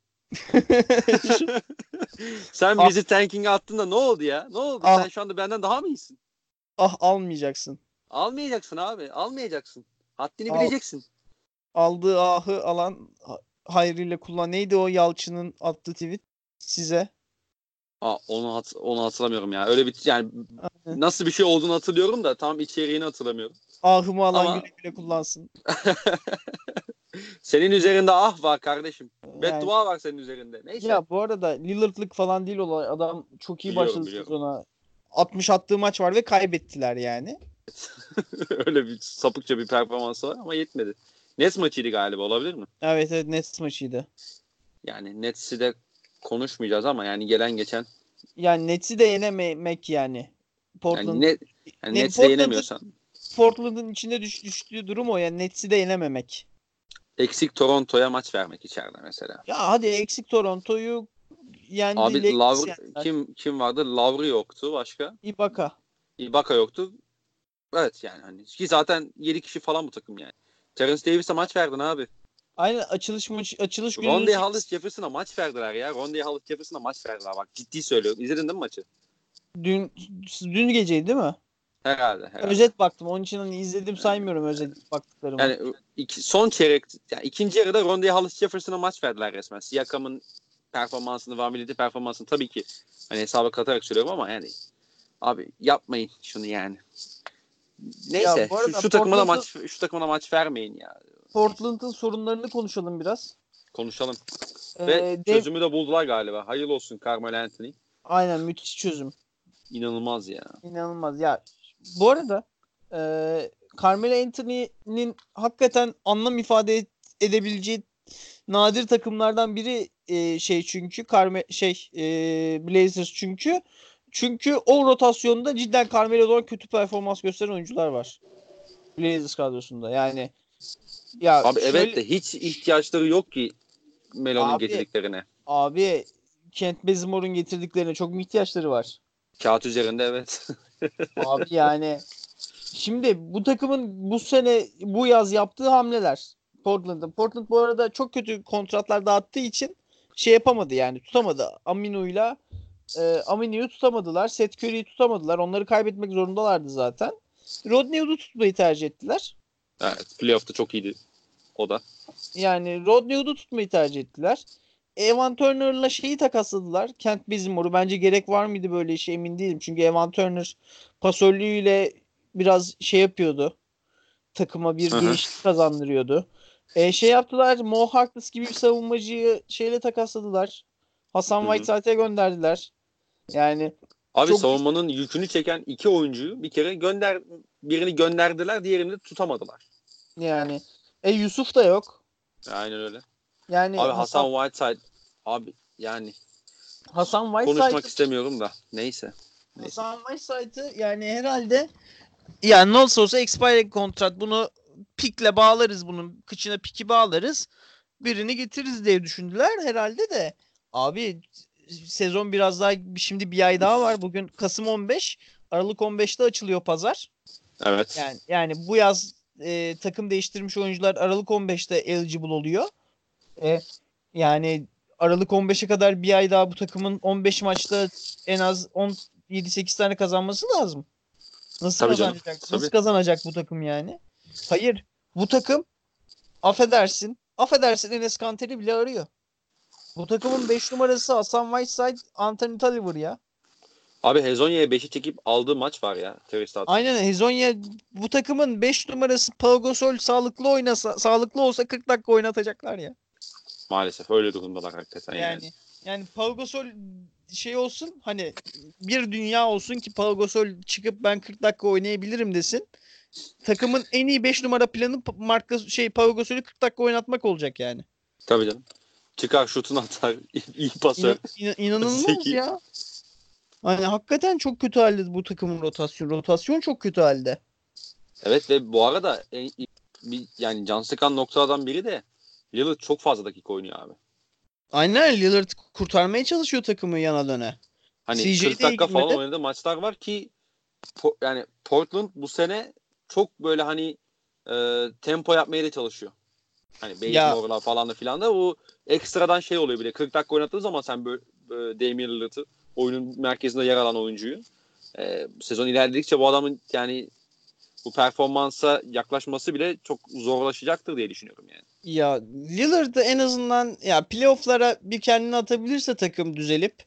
Sen ah bizi tanking'e attın da ne oldu ya? Ne oldu? ah Sen şu anda benden daha mı iyisin? ah almayacaksın. Almayacaksın abi. Almayacaksın. Haddini Al, bileceksin. aldığı ahı alan ha- hayrıyla kullan. Neydi o Yalçın'ın attığı tweet size? Aa, onu hat onu hatırlamıyorum ya. Öyle bir yani nasıl bir şey olduğunu hatırlıyorum da tam içeriğini hatırlamıyorum. Ahımı alan Ama güle güle kullansın. senin üzerinde ah var kardeşim. Yani Beddua var senin üzerinde. Neyse. ya bu arada Lillard'lık falan değil olay. Adam çok iyi Biliyorum başladı biliyorum. sezona. altmış attığı maç var ve kaybettiler yani. Öyle bir sapıkça bir performansı var ama yetmedi. Nets maçıydı galiba olabilir mi? Evet evet Nets maçıydı. Yani Nets'i de konuşmayacağız ama yani gelen geçen Yani Nets'i de yenememek yani. yani Portland net yani ne Nets'i de Portland'ın yenemiyorsan Portland'ın içinde düş, düştüğü durum o yani Nets'i de yenememek. eksik Toronto'ya maç vermek içeride mesela. Ya hadi eksik Toronto'yu yendi Abi Lakers Lavr yendiler. kim kim vardı? Lavri yoktu başka. Ibaka. Ibaka yoktu. Evet yani hani ki zaten yedi kişi falan bu takım yani. Terence Davis'e maç verdin abi. Aynen açılış maç açılış gününün Rondé sekiz Hollis Jefferson'a maç verdiler ya. Rondé Hollis Jefferson'a maç verdiler bak ciddi söylüyorum. İzledin değil mi maçı? dün dün geceydi değil mi? Herhalde herhalde. Özet baktım. Onun için hani izledim saymıyorum özet baktıklarımı. Yani iki, son çeyrek yani ikinci yarıda Rondé Hollis Jefferson'a maç verdiler resmen. Siakam'ın performansını, Van Vliet'in performansını tabii ki hani hesaba katarak söylüyorum ama yani abi yapmayın şunu yani. Neyse Ya bu şu, arada şu takıma da Portland'ın maç şu takıma da maç vermeyin ya. Portland'ın sorunlarını konuşalım biraz. Konuşalım. Ve Ee, Dev, çözümü de buldular galiba. Hayırlı olsun Carmelo Anthony. aynen müthiş çözüm. İnanılmaz ya. İnanılmaz. Ya bu arada e, Carmelo Anthony'nin hakikaten anlam ifade et- edebileceği nadir takımlardan biri e, şey çünkü Carme şey e, Blazers çünkü çünkü o rotasyonda cidden Carmelo'dan kötü performans gösteren oyuncular var. Blazers kadrosunda. Yani ya Abi evet şöyle de hiç ihtiyaçları yok ki Melo'nun abi getirdiklerine. abi Kent Bazemore'un getirdiklerine çok mu ihtiyaçları var? Kağıt üzerinde evet. Abi yani şimdi bu takımın bu sene bu yaz yaptığı hamleler Portland'ın. Portland bu arada çok kötü kontratlar dağıttığı için şey yapamadı yani tutamadı. Aminu'yla e, Aminu'yu tutamadılar. Seth Curry'yi tutamadılar. Onları kaybetmek zorundalardı zaten. Rodney Hood'u tutmayı tercih ettiler. Evet, playoff'ta çok iyiydi o da. Yani Rodney Hood'u tutmayı tercih ettiler. Evan Turner'la şeyi takasladılar. Kent Bazemore'u. Bence gerek var mıydı böyle işe emin değilim. Çünkü Evan Turner pasörlüğüyle biraz şey yapıyordu. Takıma bir Hı hı. gelişim kazandırıyordu. E, şey yaptılar. Mo Harkless gibi bir savunmacıyı şeyle takasladılar. Hasan Hı hı. Whiteside'e gönderdiler. Yani Abi çok savunmanın yükünü çeken iki oyuncuyu bir kere gönder birini gönderdiler, diğerini de tutamadılar. yani e Yusuf da yok. Aynen öyle. Yani Abi Hasan Hasan Whiteside abi yani Hasan konuşmak Whiteside istemiyorum da neyse. Neyse. Hasan Whiteside'ı yani herhalde yani nasıl olsa expiring kontrat bunu pikle bağlarız bunun kıçına piki bağlarız. Birini getiririz diye düşündüler herhalde de. Abi sezon biraz daha şimdi bir ay daha var. Bugün Kasım on beş. Aralık on beşte açılıyor pazar. Evet. Yani yani bu yaz e, takım değiştirmiş oyuncular Aralık on beşte eligible oluyor. E, yani Aralık on beşe kadar bir ay daha bu takımın on beş maçta en az on yedi sekiz tane kazanması lazım. Nasıl Tabii canım. kazanacak? Nasıl Tabii. kazanacak bu takım yani? Hayır. Bu takım affedersin. Affedersin Enes Kanter'i bile arıyor. Bu takımın beş numarası Hasan Whiteside, Anthony Tolliver ya. Abi Hezonya'ya beşi çekip aldığı maç var ya Tristat'ın. Aynen Hezonya bu takımın beş numarası Pau Gasol sağlıklı oynasa sağlıklı olsa kırk dakika oynatacaklar ya. Maalesef öyle durumdalar hakikaten yani. Yani yani Pau Gasol şey olsun hani bir dünya olsun ki Pau Gasol çıkıp ben kırk dakika oynayabilirim desin. Takımın en iyi beş numara planı Mark şey Pau Gasol'ü kırk dakika oynatmak olacak yani. Tabii canım. Çıkar şutunu atar. iyi pasör. İna, ina- inanılmaz Zeki. ya. Hani hakikaten çok kötü halde bu takımın rotasyon. Rotasyon çok kötü halde. Evet ve bu arada en, bir, yani can sıkan noktalardan biri de Lillard çok fazla dakika oynuyor abi. Aynen Lillard kurtarmaya çalışıyor takımı yana döne. Hani C J kırk de iyi dakika falan gitmedi. oynadığı maçlar var ki po- yani Portland bu sene çok böyle hani e, tempo yapmaya da çalışıyor. Hani Ya Bazemore'lar falan da filan da o ekstradan şey oluyor bile. kırk dakika oynattığın zaman sen böyle e, Damian Lillard'ı oyunun merkezinde yer alan oyuncuyu e, sezon ilerledikçe bu adamın yani bu performansa yaklaşması bile çok zorlaşacaktır diye düşünüyorum yani. ya Lillard'ı en azından ya playoff'lara bir kendini atabilirse takım düzelip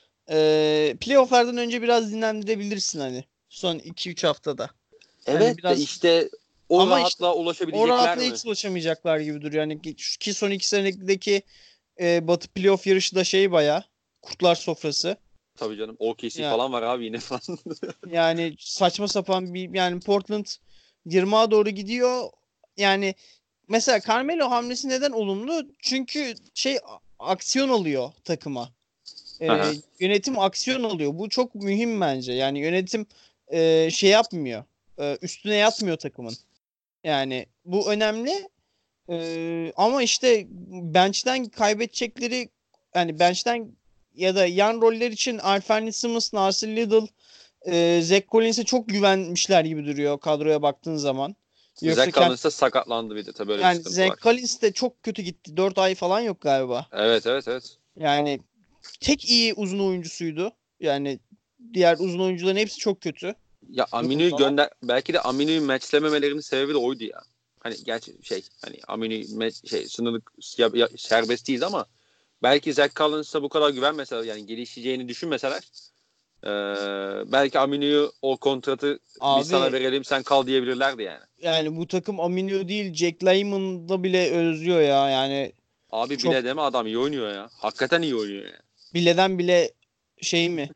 e, playoff'lardan önce biraz dinlendirebilirsin hani son iki üç haftada. Hani Evet de biraz işte o ama işte rahatlığa o ulaşabilecekler rahatlığa mi? hiç ulaşamayacaklar gibi duruyor. Yani ki ki son iki senedeki e, Batı playoff yarışı da şey baya kurtlar sofrası. Tabii canım. O K C Ya falan var abi yine falan. yani saçma sapan bir yani Portland yirmiye doğru gidiyor. Yani mesela Carmelo hamlesi neden olumlu? Çünkü şey a- aksiyon alıyor takıma. Ee, Aha. yönetim aksiyon alıyor. Bu çok mühim bence. Yani yönetim e, şey yapmıyor. E, üstüne yatmıyor takımın. Yani bu önemli. Ee, ama işte bench'ten kaybedecekleri yani bench'ten ya da yan roller için Anthony Simmons, Nasir Little, e, Zach Collins'e çok güvenmişler gibi duruyor kadroya baktığın zaman. Yoksa Zach kend, Collins da sakatlandı bir de. Tabii öyle bir yani sıkıntı Zach var. Collins de çok kötü gitti. dört ay falan yok galiba. Evet evet evet. Yani tek iyi uzun oyuncusuydu. Yani diğer uzun oyuncuların hepsi çok kötü Ya Aminu'yu durumdalar. gönder belki de Aminu'yu matchlememelerinin sebebi de oydu ya. Hani gerçi şey hani Aminu'yu match, şey sınırlık ya, ya, serbest değil ama belki Zach Collins'a bu kadar güvenmeseler, yani gelişeceğini düşünmeseler, e, belki Aminu'yu o kontratı Abi, biz sana verelim sen kal diyebilirlerdi yani. Yani bu takım Aminio değil, Jack Layman'da bile özlüyor ya. Yani Abi çok bile deme, adam iyi oynuyor ya. Hakikaten iyi oynuyor ya. bileden bile şey mi?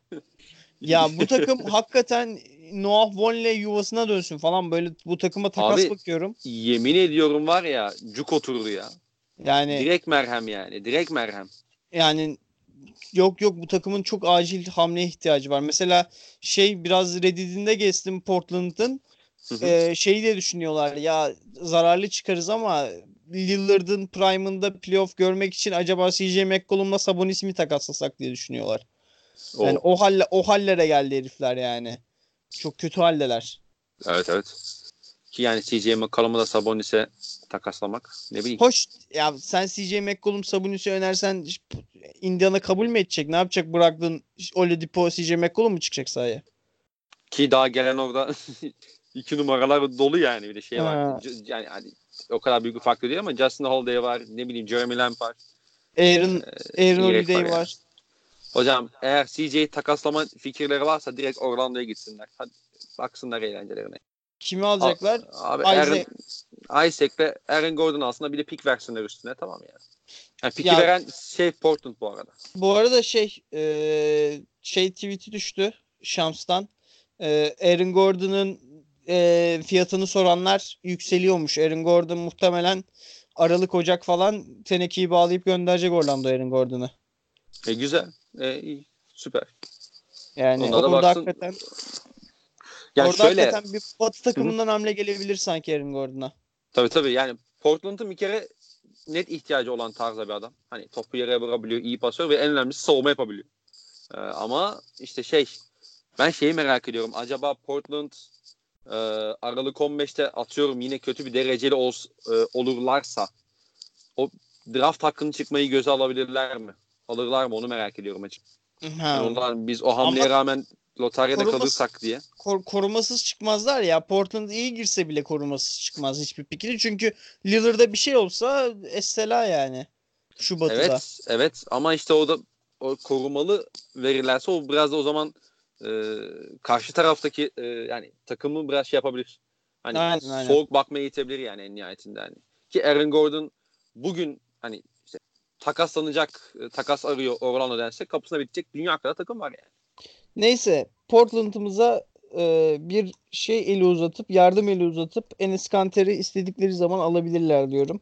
Ya bu takım hakikaten Noah Vonleh yuvasına dönsün falan, böyle bu takıma takas Abi bakıyorum. yemin ediyorum var ya, cuk oturdu ya. Yani Direkt merhem yani. Direkt merhem. yani yok yok, bu takımın çok acil hamleye ihtiyacı var. Mesela şey, biraz Reddit'inde gezdim Portland'ın. Hı hı. Ee, şeyi de düşünüyorlar ya, zararlı çıkarız ama Lillard'ın prime'ında playoff görmek için acaba C J McCollum'la Sabonis'i mi takaslasak diye düşünüyorlar. Yani O. o halle o hallere geldi herifler yani. Çok kötü haldeler. Evet evet. Ki yani C J McCollum'u da Sabonis'e takaslamak, ne bileyim. Hoş ya, sen C J McCollum Sabonis'i önersen Indiana kabul mü edecek? Ne yapacak, bıraktın Oladipo, C J McCollum mu çıkacak sahaya? Ki daha gelen orada iki numaralar dolu yani, bir de şey var. Ha. Yani hani o kadar büyük bir fark değil ama Justin Holiday var, ne bileyim Jeremy Lamb var. Aaron Aaron İrek var Holiday yani. var. Hocam eğer C J'yi takaslama fikirleri varsa direkt Orlando'ya gitsinler. Hadi baksınlar eğlencelerine. Kimi A- alacaklar? Abi Aaron Isaac. Isaac ve Aaron Gordon aslında bir de pick versinler üstüne, tamam yani. Yani pick'i Ya veren şey Portland bu arada. bu arada şey e, şey tweet'i düştü Shams'tan. E, Aaron Gordon'ın e, fiyatını soranlar yükseliyormuş. Aaron Gordon muhtemelen Aralık Ocak falan tenekeyi bağlayıp gönderecek Orlando Aaron Gordon'ı. E güzel. E, iyi. Süper. Yani Onlar da orada baksın. hakikaten Yani orada şöyle. hakikaten bir Batı Hı hı. takımından hamle gelebilir sanki Aaron Gordon'a. Tabii tabii, yani Portland'ın bir kere net ihtiyacı olan tarzda bir adam. Hani topu yere vurabiliyor, iyi pasör ve en önemlisi savunma yapabiliyor. Ee, ama işte şey, ben şeyi merak ediyorum. Acaba Portland e, Aralık on beşte atıyorum yine kötü bir dereceli ol, e, olurlarsa o draft hakkını çıkmayı göze alabilirler mi? Alırlar mı? Onu merak ediyorum açıkçası. Yani Ha. onlar biz o Ama hamleye rağmen lotaryada koruması kalırsak diye. kor- korumasız çıkmazlar ya. Portland iyi girse bile korumasız çıkmaz hiçbir pikili. Çünkü Lillard'a bir şey olsa Essela yani. Şu batıda. Evet, evet ama işte o da o korumalı verirlerse o biraz da o zaman e, karşı taraftaki e, yani takımı biraz şey yapabilir. Hani Aynen aynen. soğuk bakmaya itebilir yani en nihayetinde hani. Ki Aaron Gordon bugün hani işte takaslanacak, e, takas arıyor Orlando dense kapısına bitecek dünya kadar takım var yani. Neyse, Portland'ımıza e, bir şey eli uzatıp, yardım eli uzatıp Enes Kanter'i istedikleri zaman alabilirler diyorum.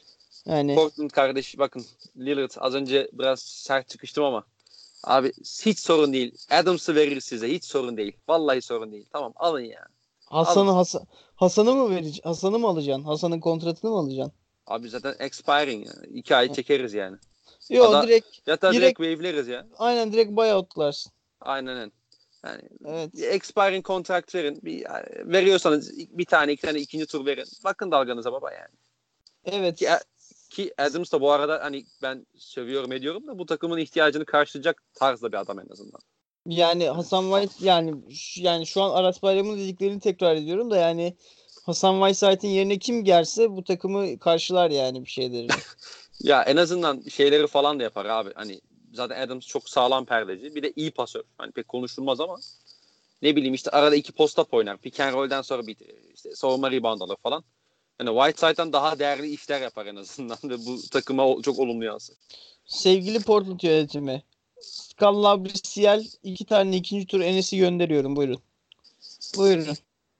Yani Portland kardeş bakın, Lillard az önce biraz sert çıkıştım ama abi hiç sorun değil. Adams'ı verir size, hiç sorun değil. Vallahi sorun değil. Tamam alın ya. Alın. Hasan'ı Hasan Hasan'ı mı vereceksin? Hasan'ı mı alacaksın? Hasan'ın kontratını mı alacaksın? Abi zaten expiring yani. İki ay çekeriz yani. Yo, Ada direkt ya da direkt direkt wave'leriz ya. aynen direkt buyout'larsın. Aynen öyle. Yani bir Evet. expiring contract verin. Bir, yani veriyorsanız bir tane iki tane ikinci tur verin. Bakın dalganıza baba yani. Ki, Evet. ki Adams da bu arada hani ben sövüyorum ediyorum da bu takımın ihtiyacını karşılayacak tarzda bir adam en azından. Yani Hasan White, yani ş- yani şu an Aras Bayram'ın dediklerini tekrar ediyorum da, yani Hasan Whiteside'in yerine kim gelse bu takımı karşılar yani bir şeylerini. Ya en azından şeyleri falan da yapar abi. Hani zaten Adams çok sağlam perdeci. Bir de iyi pasör. Hani pek konuşulmaz ama ne bileyim işte arada iki post-up oynar. Pick and roll'den sonra bir işte savunma rebound alır falan. Yani Whiteside'dan daha değerli işler yapar en azından ve bu takıma çok olumlu yansır. Sevgili Portland yönetimi, Scala Brisiel iki tane ikinci tur Enes'i gönderiyorum. Buyurun. Buyurun.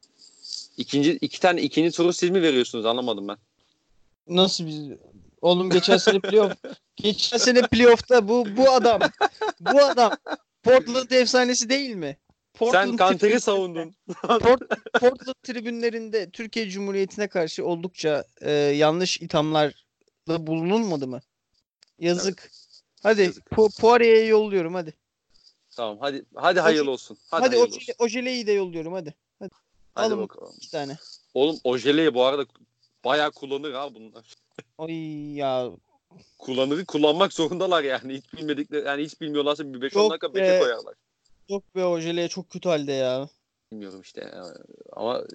İkinci, iki tane ikinci turu siz mi veriyorsunuz, anlamadım ben. Nasıl biz? Oğlum geçen sene playoff geçen sene playoff'ta bu bu adam bu adam Portland efsanesi değil mi? Sen Portland Kanter'i tribünlerinde savundun. Port, Portland tribünlerinde Türkiye Cumhuriyeti'ne karşı oldukça e, yanlış ithamlarda bulunulmadı mı? Evet, Yazık. Hadi yazık. Pu Poirier'e yolluyorum hadi. Tamam hadi hadi Oje, hayırlı olsun. Hadi hadi hayırlı Ojele, olsun. Ojele'yi de yolluyorum hadi. Hadi. Hadi Alın bakalım. iki tane. Oğlum Ojele'yi bu arada bayağı kullanır ha bunlar. Oy ya, Kullanır, kullanmak zorundalar yani. Hiç bilmedikleri yani hiç bilmiyorlarsa bir beş on yok dakika bench'e be, koyarlar. yok be, Ojele çok kötü halde ya. Bilmiyorum işte ama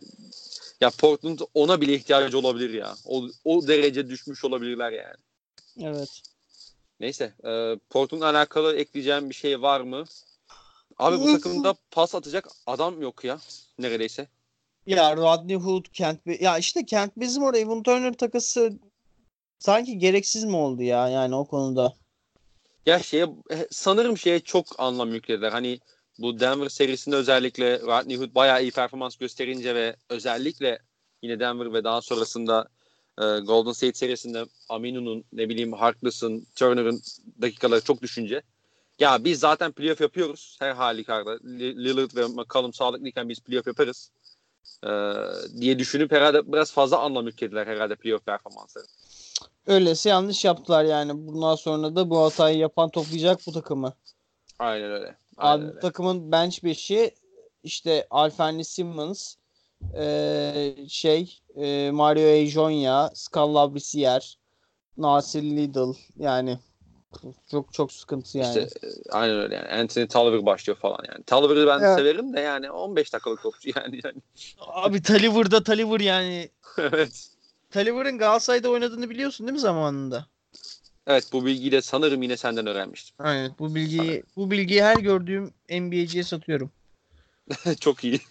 ya Portland ona bile ihtiyacı olabilir ya. O, o derece düşmüş olabilirler yani. Evet. Neyse. E, Port'un alakalı ekleyeceğim bir şey var mı? Abi bu takımda pas atacak adam yok ya. Neredeyse. Ya Rodney Hood, Kent Ba- ya işte Kent Bazemore, Evan Turner takası sanki gereksiz mi oldu ya yani o konuda? Ya şeye sanırım şeye çok anlam yüklediler. Hani bu Denver serisinde özellikle Rodney Hood bayağı iyi performans gösterince ve özellikle yine Denver ve daha sonrasında e, Golden State serisinde Aminu'nun ne bileyim Harkless'ın, Turner'ın dakikaları çok düşünce. Ya biz zaten playoff yapıyoruz her halükarda. Lillard ve McCollum sağlıklıyken biz playoff yaparız. E, diye düşünüp herhalde biraz fazla anlam yüklediler herhalde playoff performansları. Öyleyse yanlış yaptılar yani. Bundan sonra da bu hatayı yapan toplayacak bu takımı. Aynen öyle. Aynen Abi bu öyle. takımın bench beşi işte Alfred Simmons, ee, şey ee, Mario Ejonya, Skal Labissière, Nasir Little yani çok çok sıkıntı İşte yani. e, aynen öyle yani. Anthony Tolliver başlıyor falan yani. Tolliver'ı ben Evet. severim de yani on beş dakikalık topçu yani. yani. Abi Taliver'da Taliver yani. Evet. Taliver'ın Galatasaray'da oynadığını biliyorsun değil mi zamanında? Evet bu bilgiyi de sanırım yine senden öğrenmiştim. Aynen. Bu bilgiyi Sanırım. bu bilgiyi her gördüğüm N B A'ciye satıyorum. Çok iyi.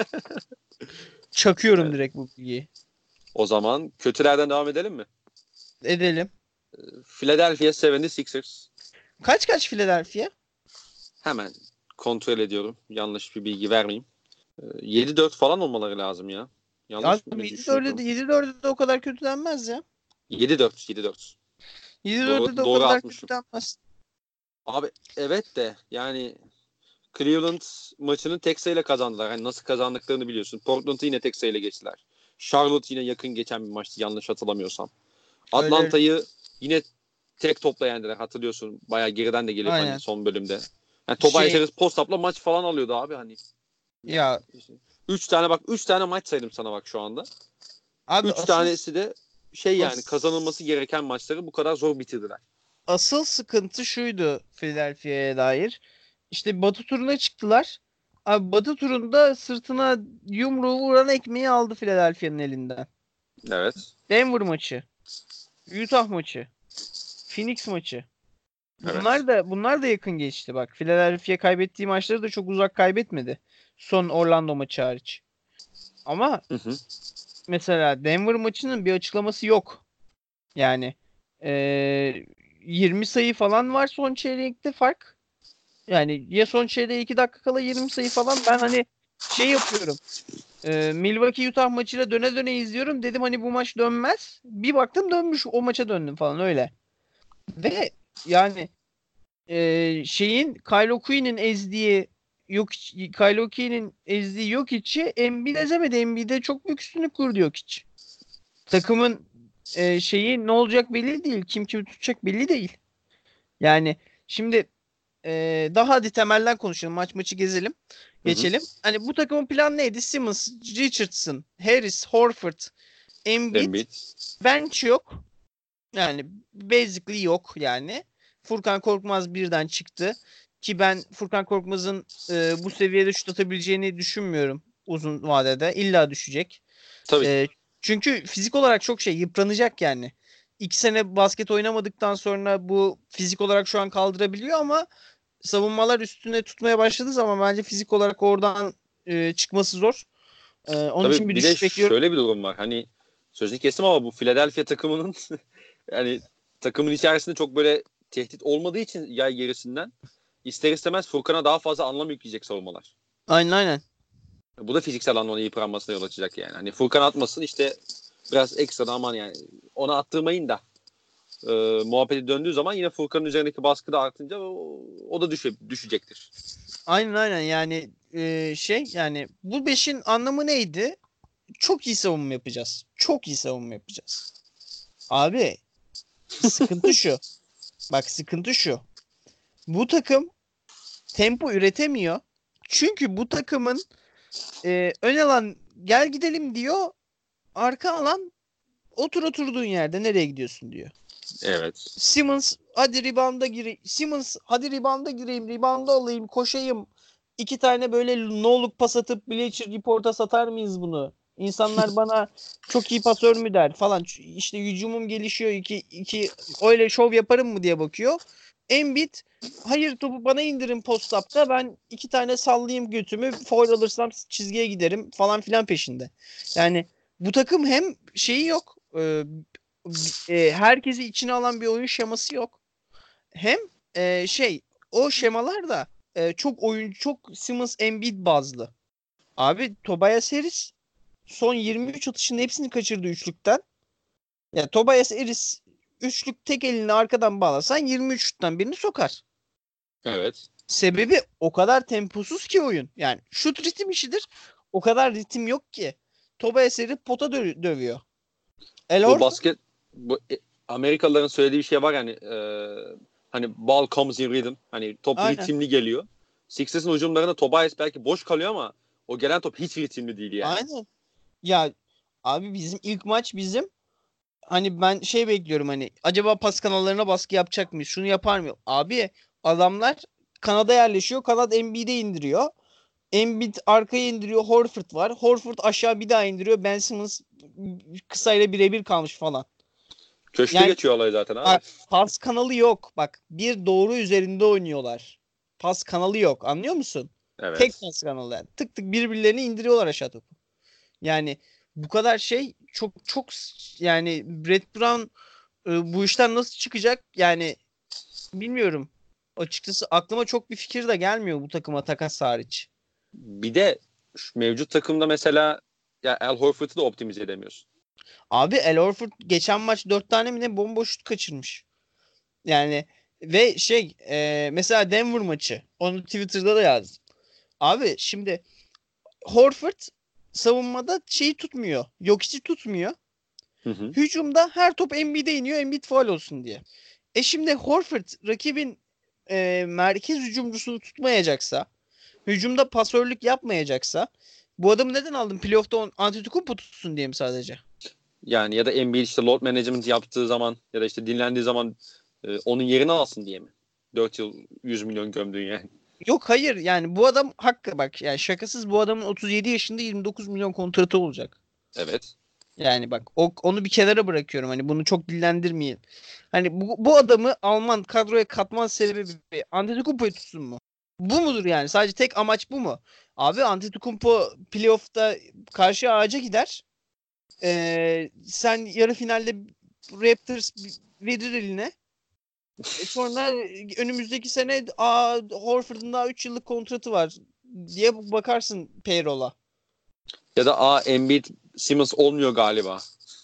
Çakıyorum Evet. direkt bu bilgiyi. O zaman kötülerden devam edelim mi? Edelim. Philadelphia yetmiş altı ers. Kaç kaç Philadelphia? Hemen kontrol ediyorum. Yanlış bir bilgi vermeyeyim. E, yedi dört falan olmaları lazım ya. Yanlış mı Abi yedi dörde düşünüyorum? de yedi dörde de o kadar kötü denmez ya. yedi dört. yedi dört. yedi dörde de Doğru, o doğru kadar kötü atmışım. denmez. Abi evet de yani Cleveland maçını tek sayıyla kazandılar. Hani nasıl kazandıklarını biliyorsun. Portland'ı yine tek sayıyla geçtiler. Charlotte yine yakın geçen bir maçtı yanlış hatırlamıyorsam. Öyle öyle. Atlanta'yı yine tek topla yendiler hatırlıyorsun. Bayağı geriden de gelip hani Aynen. son bölümde. Yani Tobias Şey Harris post-up'la maç falan alıyordu abi hani. Yani ya işte. Üç tane bak üç tane maç saydım sana bak şu anda. abi Üç asıl tanesi de şey yani as, kazanılması gereken maçları bu kadar zor bitirdiler. asıl sıkıntı şuydu Philadelphia'ya dair. İşte Batı turuna çıktılar. Abi Batı turunda sırtına yumruğu vuran ekmeği aldı Philadelphia'nın elinden. Evet. Denver maçı, Utah maçı, Phoenix maçı. Evet. Bunlar da bunlar da yakın geçti bak. Philadelphia kaybettiği maçları da çok uzak kaybetmedi. Son Orlando maçı hariç. Ama Hı hı. mesela Denver maçının bir açıklaması yok. Yani eee, yirmi sayı falan var son çeyrekte fark. Yani ya son çeyreğe iki dakika kala yirmi sayı falan ben hani şey yapıyorum. Eee, Milwaukee Utah maçıyla döne döne izliyorum. Dedim hani bu maç dönmez. Bir baktım dönmüş. O maça döndüm falan öyle. Ve yani eee, şeyin Kyle O'Quinn'in ezdiği yok Kyle O'Quinn'in ezdiği yok içi Embiid ezemedi. Embiid'e çok büyük üstünlük kurdu yok hiç. Takımın e, şeyi ne olacak belli değil. Kim kimi tutacak belli değil. Yani şimdi e, daha hadi temelden konuşalım. Maç maçı gezelim. Hı hı. Geçelim. Hani bu takımın planı neydi? Simmons, Richardson, Harris, Horford, Embiid. Embiid. Bench yok. Yani basically yok yani. Furkan Korkmaz birden çıktı. Ki ben Furkan Korkmaz'ın e, bu seviyede şut atabileceğini düşünmüyorum uzun vadede. İlla düşecek. Tabii ki. E, çünkü fizik olarak çok şey yıpranacak yani. İki sene basket oynamadıktan sonra bu fizik olarak şu an kaldırabiliyor ama savunmalar üstüne tutmaya başladığı zaman bence fizik olarak oradan e, çıkması zor. E, onun için bir Tabii bir de düşüş bekliyorum. şöyle bir durum var. Hani sözünü kestim ama bu Philadelphia takımının yani takımın içerisinde çok böyle tehdit olmadığı için yay gerisinden ister istemez Furkan'a daha fazla anlam yükleyecek savunmalar. Aynen aynen. Bu da fiziksel anlamda yıpranmasına yol açacak yani. Hani Furkan atmasın işte biraz ekstra aman yani ona attırmayın da e, muhabbeti döndüğü zaman yine Furkan'ın üzerindeki baskı da artınca o, o da düşe, düşecektir. Aynen aynen yani e, şey yani bu beşin anlamı neydi? Çok iyi savunma yapacağız. Çok iyi savunma yapacağız. Abi sıkıntı şu. Bak sıkıntı şu. Bu takım tempo üretemiyor. Çünkü bu takımın e, ön alan gel gidelim diyor. Arka alan otur oturduğun yerde nereye gidiyorsun diyor. Evet. Simmons hadi rebound'a gireyim. Simmons hadi rebound'a gireyim. Rebound'u alayım. Koşayım. İki tane böyle no look pas atıp Bleacher Report'a satar mıyız bunu? İnsanlar bana çok iyi pasör mü der falan. İşte hücumum gelişiyor. iki, iki öyle şov yaparım mı diye bakıyor. Embiid hayır topu bana indirin post-up'ta. Ben iki tane sallayayım götümü. Foul alırsam çizgiye giderim falan filan peşinde. Yani bu takım hem şeyi yok. E, e, herkesi içine alan bir oyun şeması yok. Hem e, şey o şemalar da e, çok oyuncu çok Simmons Embiid bazlı. Abi Tobias Harris son yirmi üç atışın hepsini kaçırdı üçlükten. Ya Tobias Harris üçlük tek elini arkadan bağlasan yirmi üç şuttan birini sokar. Evet. Sebebi o kadar temposuz ki oyun. Yani şut ritim işidir. O kadar ritim yok ki. Tobias Harris pota dö- dövüyor. El Bu Horford basket bu e, Amerikalıların söylediği bir şey var yani e, hani ball comes in rhythm. Hani top aynen. ritimli geliyor. Sixers'ın hücumlarında Tobias belki boş kalıyor ama o gelen top hiç ritimli değil yani. Aynen. Ya abi bizim ilk maç bizim hani ben şey bekliyorum hani acaba pas kanallarına baskı yapacak mıyız? Şunu yapar mı? Abi adamlar kanada yerleşiyor. Kanat Embiid'e indiriyor. Embiid arkaya indiriyor. Horford var. Horford aşağı bir daha indiriyor. Ben Simmons kısayla birebir kalmış falan. Köşte Yani geçiyor olay zaten abi. pas kanalı yok. Bak bir doğru üzerinde oynuyorlar. Pas kanalı yok. Anlıyor musun? Tek Evet. pas kanalı. Yani. Tık tık birbirlerini indiriyorlar aşağı topu. Yani bu kadar şey çok çok yani Brett Brown e, bu işten nasıl çıkacak? Yani bilmiyorum. Açıkçası aklıma çok bir fikir de gelmiyor bu takıma takas hariç. Bir de şu mevcut takımda mesela ya Al Horford'u da optimize edemiyorsun. Abi El Horford geçen maç dört tane mi ne bomboş şut kaçırmış. Yani ve şey e, mesela Denver maçı onu Twitter'da da yazdım. Abi şimdi Horford savunmada şeyi tutmuyor. Yok içi tutmuyor. Hı hı. Hücumda her top Embiid'e iniyor. Embiid faul olsun diye. E şimdi Horford rakibin e, merkez hücumcusunu tutmayacaksa, hücumda pasörlük yapmayacaksa bu adamı neden aldın? Playoff'ta on, Antetokounmpo tutsun diye mi sadece? Yani ya da N B A işte load management yaptığı zaman ya da işte dinlendiği zaman e, onun yerini alsın diye mi? dört yıl yüz milyon gömdün yani. Yok hayır yani bu adam hakkı bak yani şakasız bu adamın otuz yedi yaşında yirmi dokuz milyon kontratı olacak. Evet. Yani bak o, onu bir kenara bırakıyorum hani bunu çok dillendirmeyeyim. Hani bu, bu adamı Alman kadroya katman sebebi Antetokounmpo'yu tutsun mu? Bu mudur yani? Sadece tek amaç bu mu? Abi Antetokounmpo playoff'ta karşı ağaca gider. Ee, sen yarı finalde Raptors verir eline. E sonra önümüzdeki sene aa, Horford'un daha üç yıllık kontratı var diye bakarsın payroll'a. Ya da a Embiid Simmons olmuyor galiba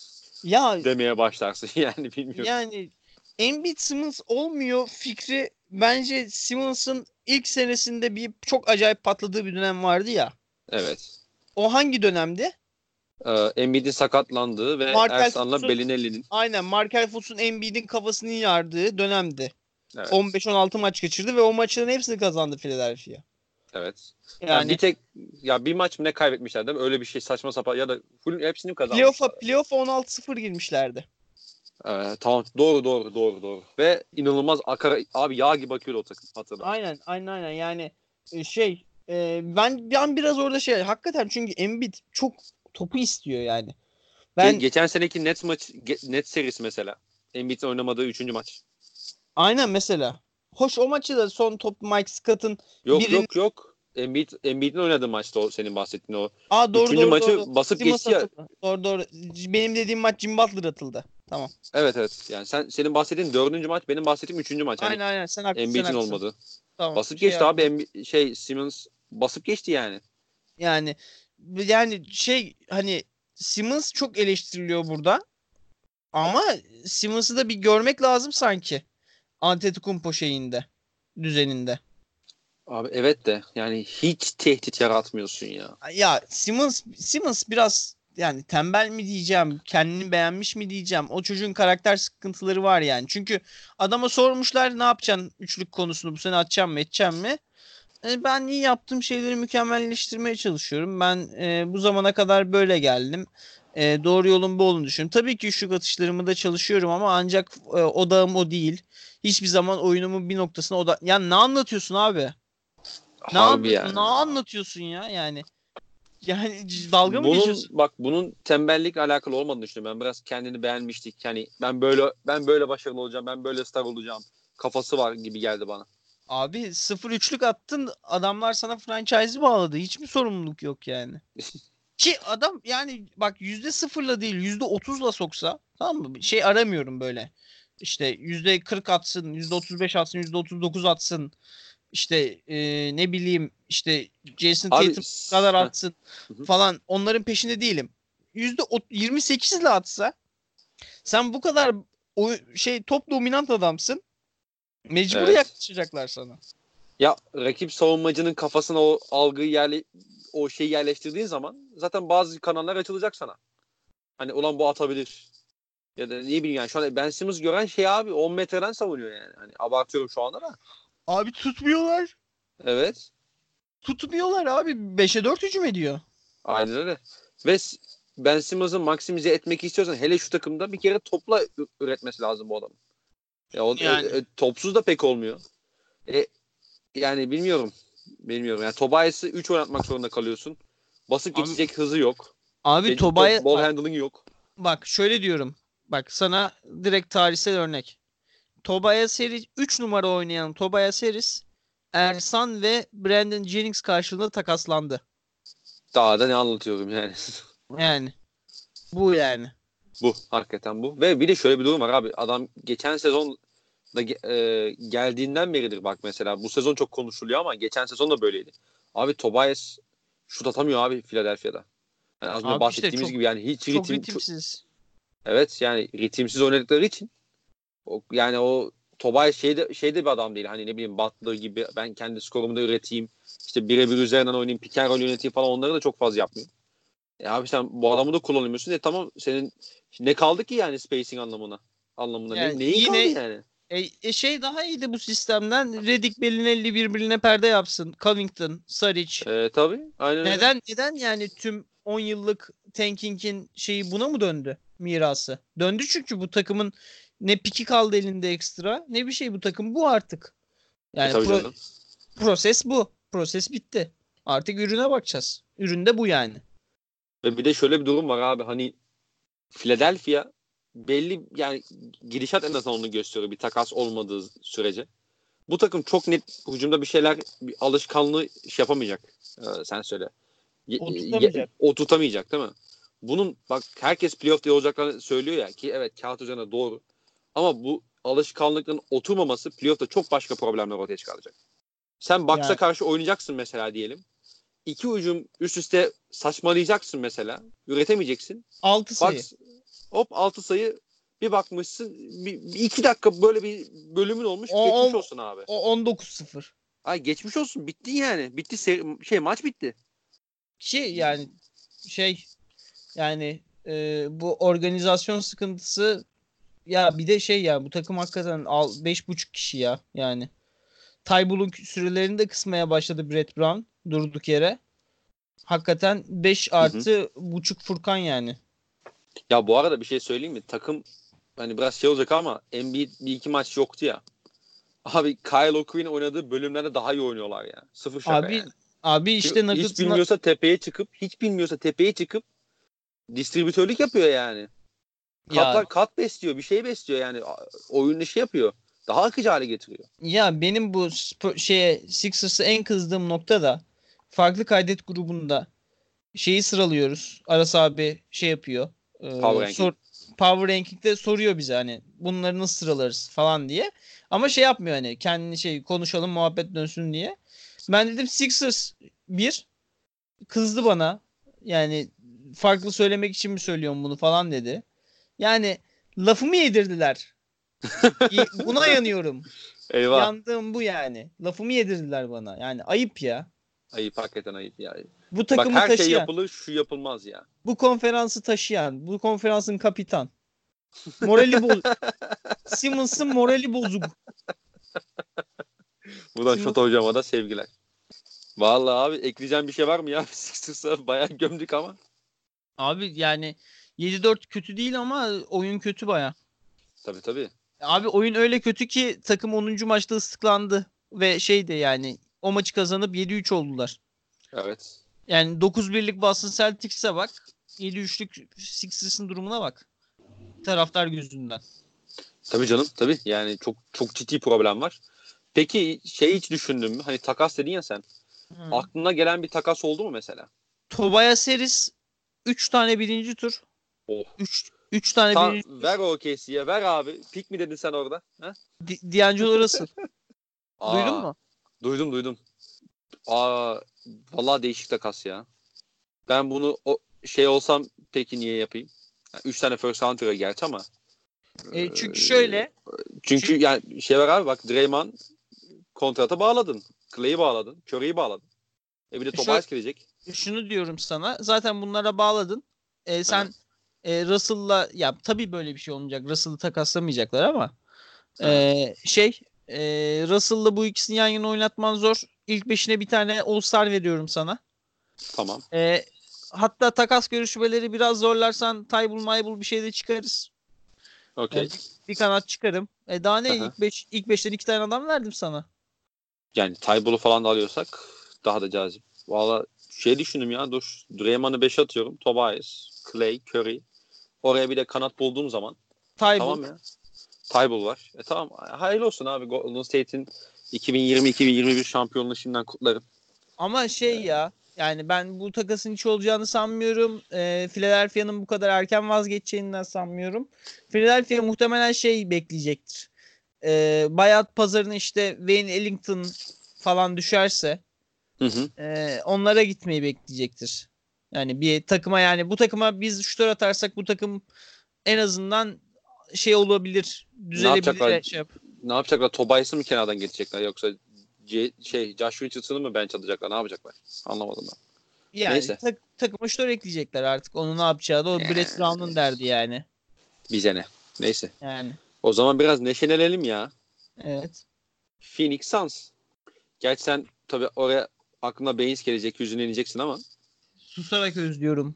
Ya demeye başlarsın yani bilmiyorum. yani Embiid Simmons olmuyor fikri bence Simmons'ın ilk senesinde bir çok acayip patladığı bir dönem vardı ya. Evet. O hangi dönemdi? Ee, Embiid'in sakatlandığı ve Markel Ersan'la Fultz'un Bellinelli'nin aynen Markel Fultz'un Embiid'in kafasını yardığı dönemdi. evet. on beş on altı maç geçirdi ve o maçların hepsini kazandı Philadelphia. Evet. Yani bir Yani tek ya bir maç mı ne kaybetmişler değil mi? Öyle bir şey saçma sapan ya da full hepsini mi playoff'a kazanmışlar? playoff'a on altı sıfır girmişlerdi. Ee, tamam doğru doğru doğru doğru. Ve inanılmaz akar abi yağ gibi akıyordu o takım hatırla. Aynen aynen aynen yani e, şey e, ben ben biraz orada şey hakikaten çünkü Embiid çok topu istiyor yani. Ge- Ben geçen seneki Nets maç ge- Nets serisi mesela. Embiid'in oynamadığı üçüncü maç. aynen mesela. Hoş o maçı da son top Mike Scott'ın Yok birin yok yok. Embiid Embiid'in oynadığı maçta o senin bahsettiğin o. Aa doğru Üçüncü doğru maçı doğru. basıp Simmons geçti ya. atıldı. Doğru doğru. Benim dediğim maç Jim Butler atıldı. Tamam. Evet evet. Yani sen senin bahsettiğin dördüncü maç benim bahsettiğim üçüncü maç. Hani Aynen aynen sen haklısın sen Embiid'in haklısın. olmadığı. Tamam Basıp şey geçti abi yaptım. Embi- şey Simmons basıp geçti yani. Yani yani şey hani Simmons çok eleştiriliyor burada. Ama Simmons'ı da bir görmek lazım sanki. Antetokounmpo şeyinde, düzeninde. Abi evet de yani hiç tehdit yaratmıyorsun ya. Ya Simmons Simmons biraz yani tembel mi diyeceğim, kendini beğenmiş mi diyeceğim. O çocuğun karakter sıkıntıları var yani. Çünkü adama sormuşlar ne yapacaksın üçlük konusunu bu sene atacağım mı, edeceğim mi? E, ben iyi yaptığım şeyleri mükemmelleştirmeye çalışıyorum. Ben e, bu zamana kadar böyle geldim. E, doğru yolun bu olduğunu düşünüyorum. Tabii ki üçlük atışlarımı da çalışıyorum ama ancak e, odağım o değil. Hiçbir zaman oyunumun bir noktasına oda... Ya ne anlatıyorsun abi? Ne, Harbi anla- ne yani. anlatıyorsun ya yani? Yani c- dalga mı Bunun geçiyorsun? bak bunun tembellikle alakalı olmadığını düşünüyorum. Ben biraz kendini beğenmiştik. Yani ben böyle ben böyle başarılı olacağım. Ben böyle star olacağım. Kafası var gibi geldi bana. Abi sıfır üçlük attın, adamlar sana franchise'ı bağladı. Hiç mi sorumluluk yok yani? Ki adam yani bak yüzde sıfırla değil yüzde otuzla soksa, tamam mı? Şey aramıyorum böyle. İşte yüzde kırk atsın, yüzde otuz beş atsın, yüzde otuz dokuz atsın. İşte e, ne bileyim işte Jason Abi Tatum s- kadar heh, atsın hı hı. falan, onların peşinde değilim. yüzde yirmi sekizle atsa, sen bu kadar o şey top dominant adamsın. Mecbur Evet. yaklaşacaklar sana. Ya rakip savunmacının kafasına o algıyı yerle o şeyi yerleştirdiğin zaman zaten bazı kanallar açılacak sana. Hani ulan bu atabilir. Ya da ne bileyim yani şu an Ben Simmons gören şey abi on metreden savunuyor yani. Hani abartıyorum şu anda da. Abi tutmuyorlar. Evet. Tutmuyorlar abi. beşe dört hücum ediyor. Aynen öyle. Ve Ben Simmons'ı maksimize etmek istiyorsan hele şu takımda bir kere topla üretmesi lazım bu adamın. Ya o, e, Yani e, topsuz da pek olmuyor. E, yani bilmiyorum. Bilmiyorum. Yani Tobias'ı üç oynatmak zorunda kalıyorsun. Basıp abi, geçecek hızı yok. abi Şey, top, Tobay ball bak, handling yok. bak şöyle diyorum. Bak sana direkt tarihsel örnek. Tobias Harris üç numara oynayan Tobias Harris Ersan ve Brandon Jennings karşılığında takaslandı. Daha da ne anlatıyorum yani. Yani bu yani. Bu. Hakikaten bu. Ve bir de şöyle bir durum var abi. Adam geçen sezon da e, geldiğinden beridir bak mesela. Bu sezon çok konuşuluyor ama geçen sezon da böyleydi. Abi Tobias şut atamıyor abi Philadelphia'da. Yani az önce Abi işte bahsettiğimiz çok gibi yani hiç çok ritim çok- ritimsiz. evet yani ritimsiz oynadıkları için o, yani o Tobias şeyde şeyde bir adam değil. Hani ne bileyim Butler gibi ben kendi skorumu da üreteyim. İşte birebir üzerinden oynayayım, pick and roll yöneteyim falan onları da çok fazla yapmıyor. E abi sen bu adamı da kullanamıyorsun. E tamam senin ne kaldı ki yani spacing anlamına? Anlamında ne, Yani neyin kaldı yine yani? e, e, şey daha iyiydi bu sistemden. Redick Bellinelli birbirine perde yapsın. Covington, Saric. E, tabii aynen öyle. Neden neden yani tüm on yıllık tanking'in şeyi buna mı döndü, mirası? Döndü çünkü bu takımın ne piki kaldı elinde ekstra, ne bir şey, bu takım bu artık. E Yani tabii pro- canım. proses bu. Proses bitti. Artık ürüne bakacağız. Ürün de bu yani. Ve bir de şöyle bir durum var abi hani Philadelphia belli yani gidişat en azından onu gösteriyor bir takas olmadığı sürece. Bu takım çok net hücumda bir şeyler bir alışkanlığı şey yapamayacak. Ee, sen söyle. Ye, O ye, tutamayacak. oturtamayacak değil mi? Bunun bak herkes playoff diye olacaklarını söylüyor ya ki evet kağıt üzerinde doğru. Ama bu alışkanlıkların oturmaması playoff'ta çok başka problemler ortaya çıkaracak. Sen Bucks'a Yani karşı oynayacaksın mesela diyelim. İki hücum üst üste saçmalayacaksın mesela. Üretemeyeceksin. altı sayı. Bucks hop altı sayı bir bakmışsın bir, bir iki dakika böyle bir bölümün olmuş O, geçmiş o, olsun abi. o on dokuz sıfır. Ay geçmiş olsun bitti yani. Bitti seri- şey maç bitti. Ki yani şey yani e, bu organizasyon sıkıntısı, ya bir de şey ya, bu takım hakikaten al beş buçuk kişi ya yani. Tybull'un sürelerini de kısmaya başladı Brett Brown durduk yere. Hakikaten beş Hı hı. artı buçuk Furkan yani. Ya bu arada bir şey söyleyeyim mi? Takım hani biraz şey olacak ama Embiid bir iki maç yoktu ya. Abi Kyle O'Quinn oynadığı bölümlerde daha iyi oynuyorlar ya. Sıfır şaka Abi yani. abi Çünkü işte hiç Nuggets'ın bilmiyorsa tepeye çıkıp hiç bilmiyorsa tepeye çıkıp distribütörlük yapıyor yani. ya Katlar kat besliyor, bir şey besliyor yani. Oyunu şey yapıyor. Daha akıcı hale getiriyor. ya benim bu spo- şeye Sixers'ı en kızdığım nokta da, farklı kaydet grubunda şeyi sıralıyoruz. Aras abi şey yapıyor. Power E, ranking. sor, Power Ranking'de soruyor bize hani bunları nasıl sıralarız falan diye. Ama şey yapmıyor, hani kendini şey konuşalım muhabbet dönsün diye. Ben dedim Sixers bir, kızdı bana. Yani farklı söylemek için mi söylüyorum bunu falan dedi. Yani lafımı yedirdiler. Y- Buna yanıyorum. Eyvah. Yandığım bu yani. Lafımı yedirdiler bana. Yani ayıp ya. Ayıp hakikaten ayıp ya. Bu Bak takımı her şey taşıyan, yapılır şu yapılmaz ya. bu konferansı taşıyan, bu konferansın kapitan. Morali bozuk. Simmons'ın morali bozuk. Buradan Şot Simmons, hocama da sevgiler. Vallahi abi ekleyeceğim bir şey var mı ya? Sixers'a bayağı gömdük ama. abi yani yedi dört kötü değil ama oyun kötü baya. Tabii tabii. Abi oyun öyle kötü ki takım onuncu maçta ıslıklandı ve şeydi yani, o maçı kazanıp yedi üç oldular. Evet. Yani dokuz birlik Boston Celtics'e bak. yedi üçlük Sixers'ın durumuna bak. Taraftar gözünden. Tabii canım tabii. Yani çok çok ciddi problem var. Peki şey hiç düşündün mü? Hani takas dedin ya sen. Hı. Aklına gelen bir takas oldu mu mesela? Tobias Harris üç tane birinci tur. Oh. üç üç tane Tam birinci tur. ver o Casey'ye ver abi. Pik mi dedin sen orada? Ha? Di- D'Angelo Russell. Duydun Aa, mu? duydum duydum. Aa, vallahi değişik takas ya. Ben bunu o şey olsam peki niye yapayım? Yani üç tane first rounder'a gerçi ama E, ee, çünkü şöyle. çünkü Çünkü yani şey var abi bak Draymond kontrata bağladın. Clay'i bağladın. Curry'i bağladın. E bir de şöyle, Tobias gelecek. şunu diyorum sana. Zaten bunlara bağladın. E, Aha, sen e, Russell'la ya tabii böyle bir şey olmayacak. Russell'ı takaslamayacaklar ama aha. e, şey e, Russell'la bu ikisini yan yana oynatman zor. İlk beşine bir tane All-Star veriyorum sana. Tamam. E, hatta takas görüşmeleri biraz zorlarsan Taybul Maybul bir şey de çıkarız. E, Okey. bir, bir kanat çıkarım. E, daha ne Aha. ilk beş ilk beşten iki tane adam verdim sana. Yani Tybal'u falan da alıyorsak daha da cazip. Valla şey düşündüm ya dur. Draymond'ı beşe atıyorum. Tobias, Clay, Curry. Oraya bir de kanat bulduğum zaman. Taybul. Tamam ya. Tybal var. E tamam. Hayırlı olsun abi. Golden State'in iki bin yirmi iki bin yirmi bir şampiyonluğunu şimdiden kutlarım. Ama şey ya yani ben bu takasın hiç olacağını sanmıyorum. E, Philadelphia'nın bu kadar erken vazgeçeceğinden sanmıyorum. Philadelphia muhtemelen şey bekleyecektir. E, buyout pazarına işte Wayne Ellington falan düşerse Hı hı. e, onlara gitmeyi bekleyecektir. Yani bir takıma yani bu takıma biz şutör atarsak bu takım en azından şey olabilir, Ne yapacaklar? düzelebilir şey yap. Ne yapacaklar? Tobias'ı mı kenardan geçecekler yoksa C- şey Josh Richardson'ı mı bench alacaklar? Ne yapacaklar? Anlamadım ben. Yani Neyse. tak, takıma şutör ekleyecekler artık. Onu ne yapacağı da o Brett Ee, Brown'un derdi yani. bize ne? Neyse. Yani O zaman biraz neşelenelim ya. evet. Phoenix Suns. Gerçi sen tabii oraya aklına Baines gelecek, yüzüne ineceksin ama. Susarak özlüyorum.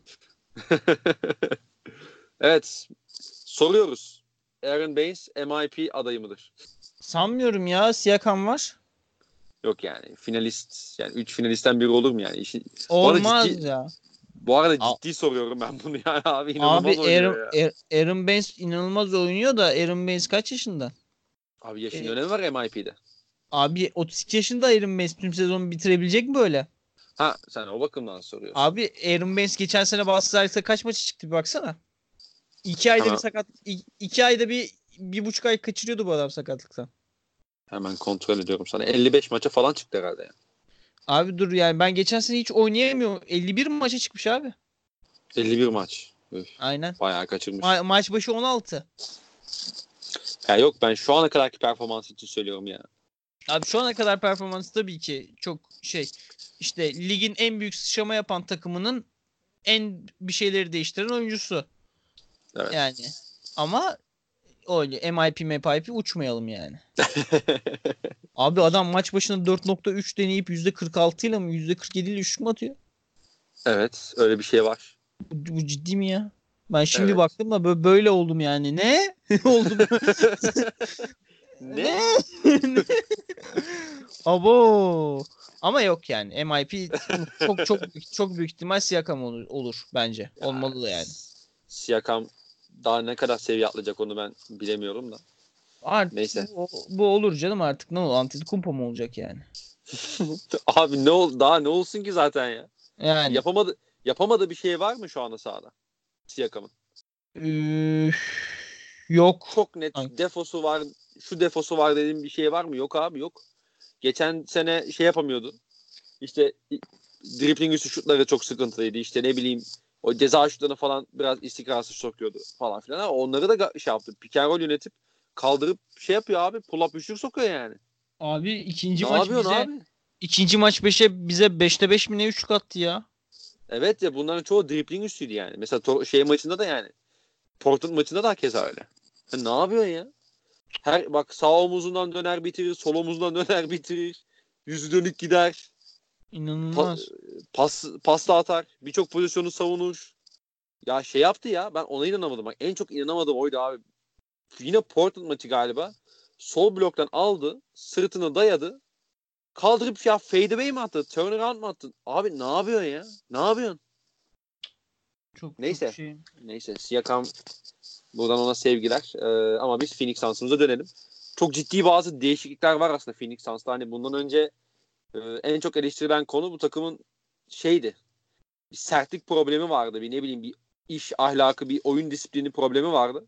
Evet. Soruyoruz. Aaron Baines M I P adayı mıdır? Sanmıyorum ya. Siakam var. Yok yani. Finalist. Yani üç finalistten biri olur mu yani? İşi, bu arada ciddi Olmaz ya. bu arada A- ciddi soruyorum ben bunu yani abi Abi inanılmaz Aaron, oynuyor ya. Er- Aaron Baines inanılmaz oynuyor da Aaron Baines kaç yaşında? Abi yaşın E, önemi var M I P'de. abi otuz iki yaşında Aaron Baines tüm sezonu bitirebilecek mi böyle? Ha sen o bakımdan soruyorsun. Abi Aaron Baines geçen sene Boston kaç maçı çıktı bir baksana. İki ayda bir Hemen sakat i- iki ayda bir bir buçuk ay kaçırıyordu bu adam sakatlıktan. hemen kontrol ediyorum sana. elli beş maça falan çıktı herhalde yani. Abi dur yani ben geçen sene hiç oynayamıyorum. elli bir maça çıkmış abi. elli bir maç. Üf, Aynen. bayağı kaçırmış. Ma- maç başı on altı. Ya yok ben şu ana kadarki performans için söylüyorum ya. Abi şu ana kadar performansı tabii ki çok şey işte ligin en büyük sıçrama yapan takımının en bir şeyleri değiştiren oyuncusu. Evet. Yani ama öyle M I P M I P uçmayalım yani. Abi adam maç başına dört nokta üç deneyip yüzde kırk altı ile mi yüzde kırk yedi ile üçlük mü atıyor? Evet öyle bir şey var. Bu, bu ciddi mi ya? Ben şimdi Evet. baktım da bö- böyle oldum yani. Ne? Oldum. Ne? Ne? Ne? Abo. Ama yok yani. M I P çok çok büyük, çok büyük ihtimal Siakam olur, olur bence. Ya, Olmalı da yani. Siakam daha ne kadar seviye atlayacak onu ben bilemiyorum da. Artık Neyse. bu, bu olur canım artık ne olur Antetokounmpo mu olacak yani? Abi ne ol daha ne olsun ki zaten ya. Yani Yapamadı yapamadığı bir şey var mı şu anda sahada? Siakam'ın. üf, yok. Çok net Ay, defosu var. Şu defosu var dediğim bir şey var mı? Yok abi yok. Geçen sene şey yapamıyordu. İşte dribbling üstü şutları çok sıkıntılıydı. İşte ne bileyim o ceza şutlarını falan biraz istikrarsız sokuyordu falan filan. Ama onları da ga- şey yaptı. Pick and roll yönetip kaldırıp şey yapıyor abi. Pull up üçlük sokuyor yani. abi ikinci Ne maç yapıyorsun bize abi? ikinci maç beşe bize beşte beş mi ne üçlük attı ya? Evet ya bunların çoğu dribbling üstüydü yani. Mesela to- şey maçında da yani. Portland maçında da keza öyle. Ya ne yapıyorsun ya? Her bak sağ omuzundan döner bitirir, sol omuzundan döner bitirir. Yüzü dönük gider. Pa- İnanılmaz. pas pasta atar. Birçok pozisyonu savunur. Ya şey yaptı ya. Ben ona inanamadım. Bak en çok inanamadığım oydu abi. Yine Portland maçı galiba. Sol bloktan aldı. Sırtını dayadı. kaldırıp ya fadeaway mi attın? Turnaround mı attın? Abi ne yapıyorsun ya? Ne yapıyorsun? Çok Neyse. çok şey. Neyse. Siakam, buradan ona sevgiler. Ee, ama biz Phoenix Suns'ımıza dönelim. Çok ciddi bazı değişiklikler var aslında Phoenix Suns'ta. Hani bundan önce e, en çok eleştirilen konu bu takımın şeydi. Bir sertlik problemi vardı. Bir ne bileyim bir iş ahlakı, bir oyun disiplini problemi vardı.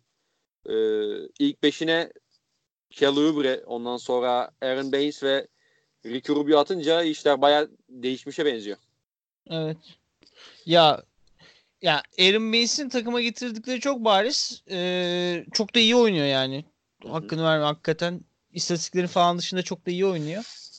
Ee, ilk beşine Kelly Oubre, ondan sonra Aaron Baines ve Ricky Rubio atınca işler bayağı değişmişe benziyor. Evet. Ya ya Aaron Baines'in takıma getirdikleri çok bariz. Ee, çok da iyi oynuyor yani. Hı hı. Hakkını verme hakikaten. İstatistiklerin falan dışında çok da iyi oynuyor.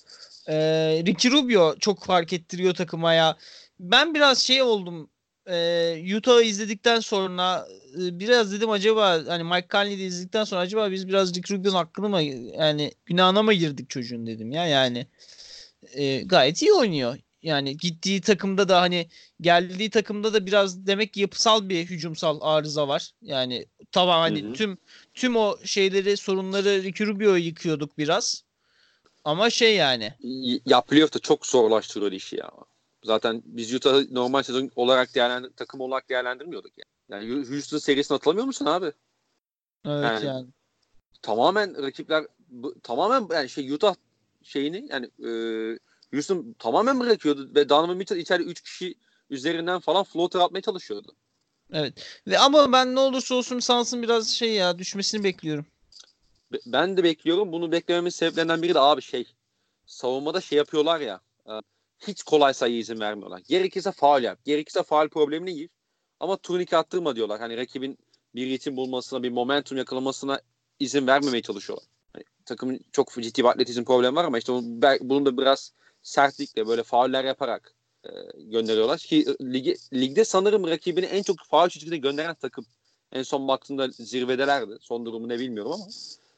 Ee, Ricky Rubio çok fark ettiriyor takıma ya. Ben biraz şey oldum. Ee, Utah'ı izledikten sonra e, biraz dedim acaba hani Mike Conley'i de izledikten sonra acaba biz biraz Ricky Rubio'nun hakkını mı yani günahına mı girdik çocuğun dedim ya yani. E, gayet iyi oynuyor. Yani gittiği takımda da hani geldiği takımda da biraz demek ki yapısal bir hücumsal arıza var. Yani tamam Hı hani hı. tüm tüm o şeyleri sorunları Ricky Rubio'ya yıkıyorduk biraz. Ama şey yani. Y- Ya playoff'ta çok zorlaştırıyor işi ya. Zaten biz Utah'ı normal sezon olarak değerlendir takım olarak değerlendirmiyorduk yani. Yani Houston serisine atılamıyor musun abi? Evet Yani yani. tamamen rakipler bu, tamamen yani şey Utah şeyini yani e, Houston tamamen bırakıyordu ve Donovan Mitchell içeride üç kişi üzerinden falan floater atmaya çalışıyordu. Evet. Ve ama ben ne olursa olsun Suns'ın biraz şey ya düşmesini bekliyorum. Be- Ben de bekliyorum. Bunu beklememin sebeplerinden biri de abi şey savunmada şey yapıyorlar ya e, hiç kolay sayı izin vermiyorlar. Gerekirse faul yap. Gerekirse faul problemine gir. Ama turnike attırma diyorlar. Hani rakibin bir ritim bulmasına, bir momentum yakalamasına izin vermemeye çalışıyorlar. Hani takımın çok ciddi bir atletizm problemi var ama işte bunu, bunu da biraz sertlikle böyle fauller yaparak e, gönderiyorlar. Ki ligi, ligde sanırım rakibini en çok faul çizgide gönderen takım. En son baktığımda zirvedelerdi. Son durumu ne bilmiyorum ama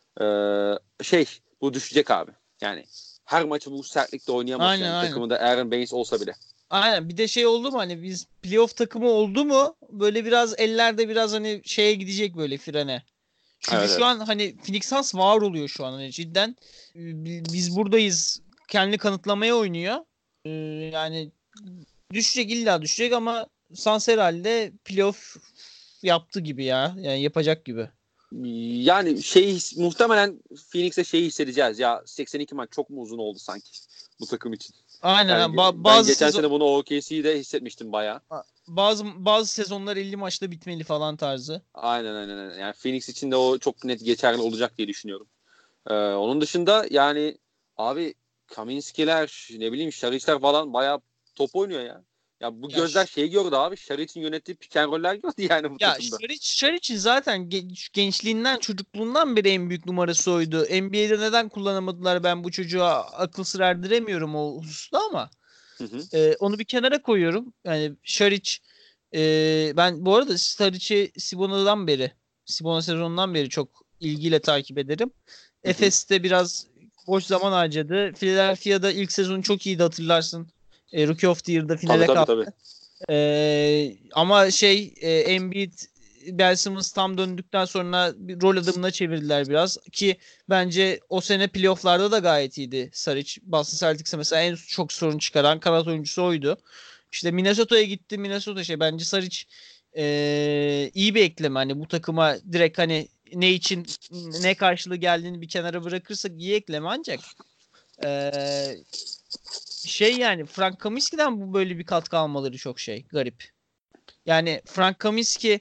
ee, şey bu düşecek abi. Yani her maçı bu sertlikte oynayamaz Aynen yani aynen. takımında Aaron Baines olsa bile. Aynen. Bir de şey oldu mu hani biz playoff takımı oldu mu böyle biraz ellerde biraz hani şeye gidecek böyle frene. Çünkü Evet şu evet. an hani Phoenix Suns var oluyor şu an hani cidden e, bi- biz buradayız kendi kanıtlamaya oynuyor. Ee, yani düşecek illa düşecek ama Suns herhalde playoff yaptı gibi ya. Yani yapacak gibi. Yani şey muhtemelen Phoenix'e şeyi hissedeceğiz ya seksen iki maç çok mu uzun oldu sanki bu takım için. Aynen. Yani ha. Ba- ben bazı geçen sezon sene bunu O K C'de hissetmiştim bayağı. bazı bazı sezonlar elli maçta bitmeli falan tarzı. Aynen aynen. aynen. Yani Phoenix için de o çok net geçerli olacak diye düşünüyorum. Ee, onun dışında yani abi Kaminskiler ne bileyim Şariçler falan bayağı top oynuyor ya. Ya bu Ya gözler şey gördü abi. Şariç'in yönettiği pick and roll'ler gördü yani bu Ya takımda. Şaric, Şaric'in zaten genç, gençliğinden, çocukluğundan beri en büyük numarası oydu. N B A'de neden kullanamadılar ben bu çocuğa akıl sır erdiremiyorum o hususta ama Hı hı. e, onu bir kenara koyuyorum. Yani Şaric e, ben bu arada Staric'i Sibona'dan beri, Sibona sezonundan beri çok ilgiyle takip ederim. Hı hı. Efes'te biraz boş zaman harcadı. Philadelphia'da ilk sezonu çok iyiydi hatırlarsın. E, Rookie of the Year'da Tabii finale tabii kaldı. tabii. Ee, ama şey e, Embiid, Ben Simmons tam döndükten sonra bir rol adımına çevirdiler biraz ki bence o sene playofflarda da gayet iyiydi Saric. Boston Celtics'e mesela en çok sorun çıkaran kanat oyuncusu oydu. İşte Minnesota'ya gitti. Minnesota şey bence Saric e, iyi bir ekleme. Hani bu takıma direkt hani ne için ne karşılığı geldiğini bir kenara bırakırsak iyi ekleme ancak e, şey yani Frank Kaminsky'den bu böyle bir katkı almaları çok şey garip. Yani Frank Kaminsky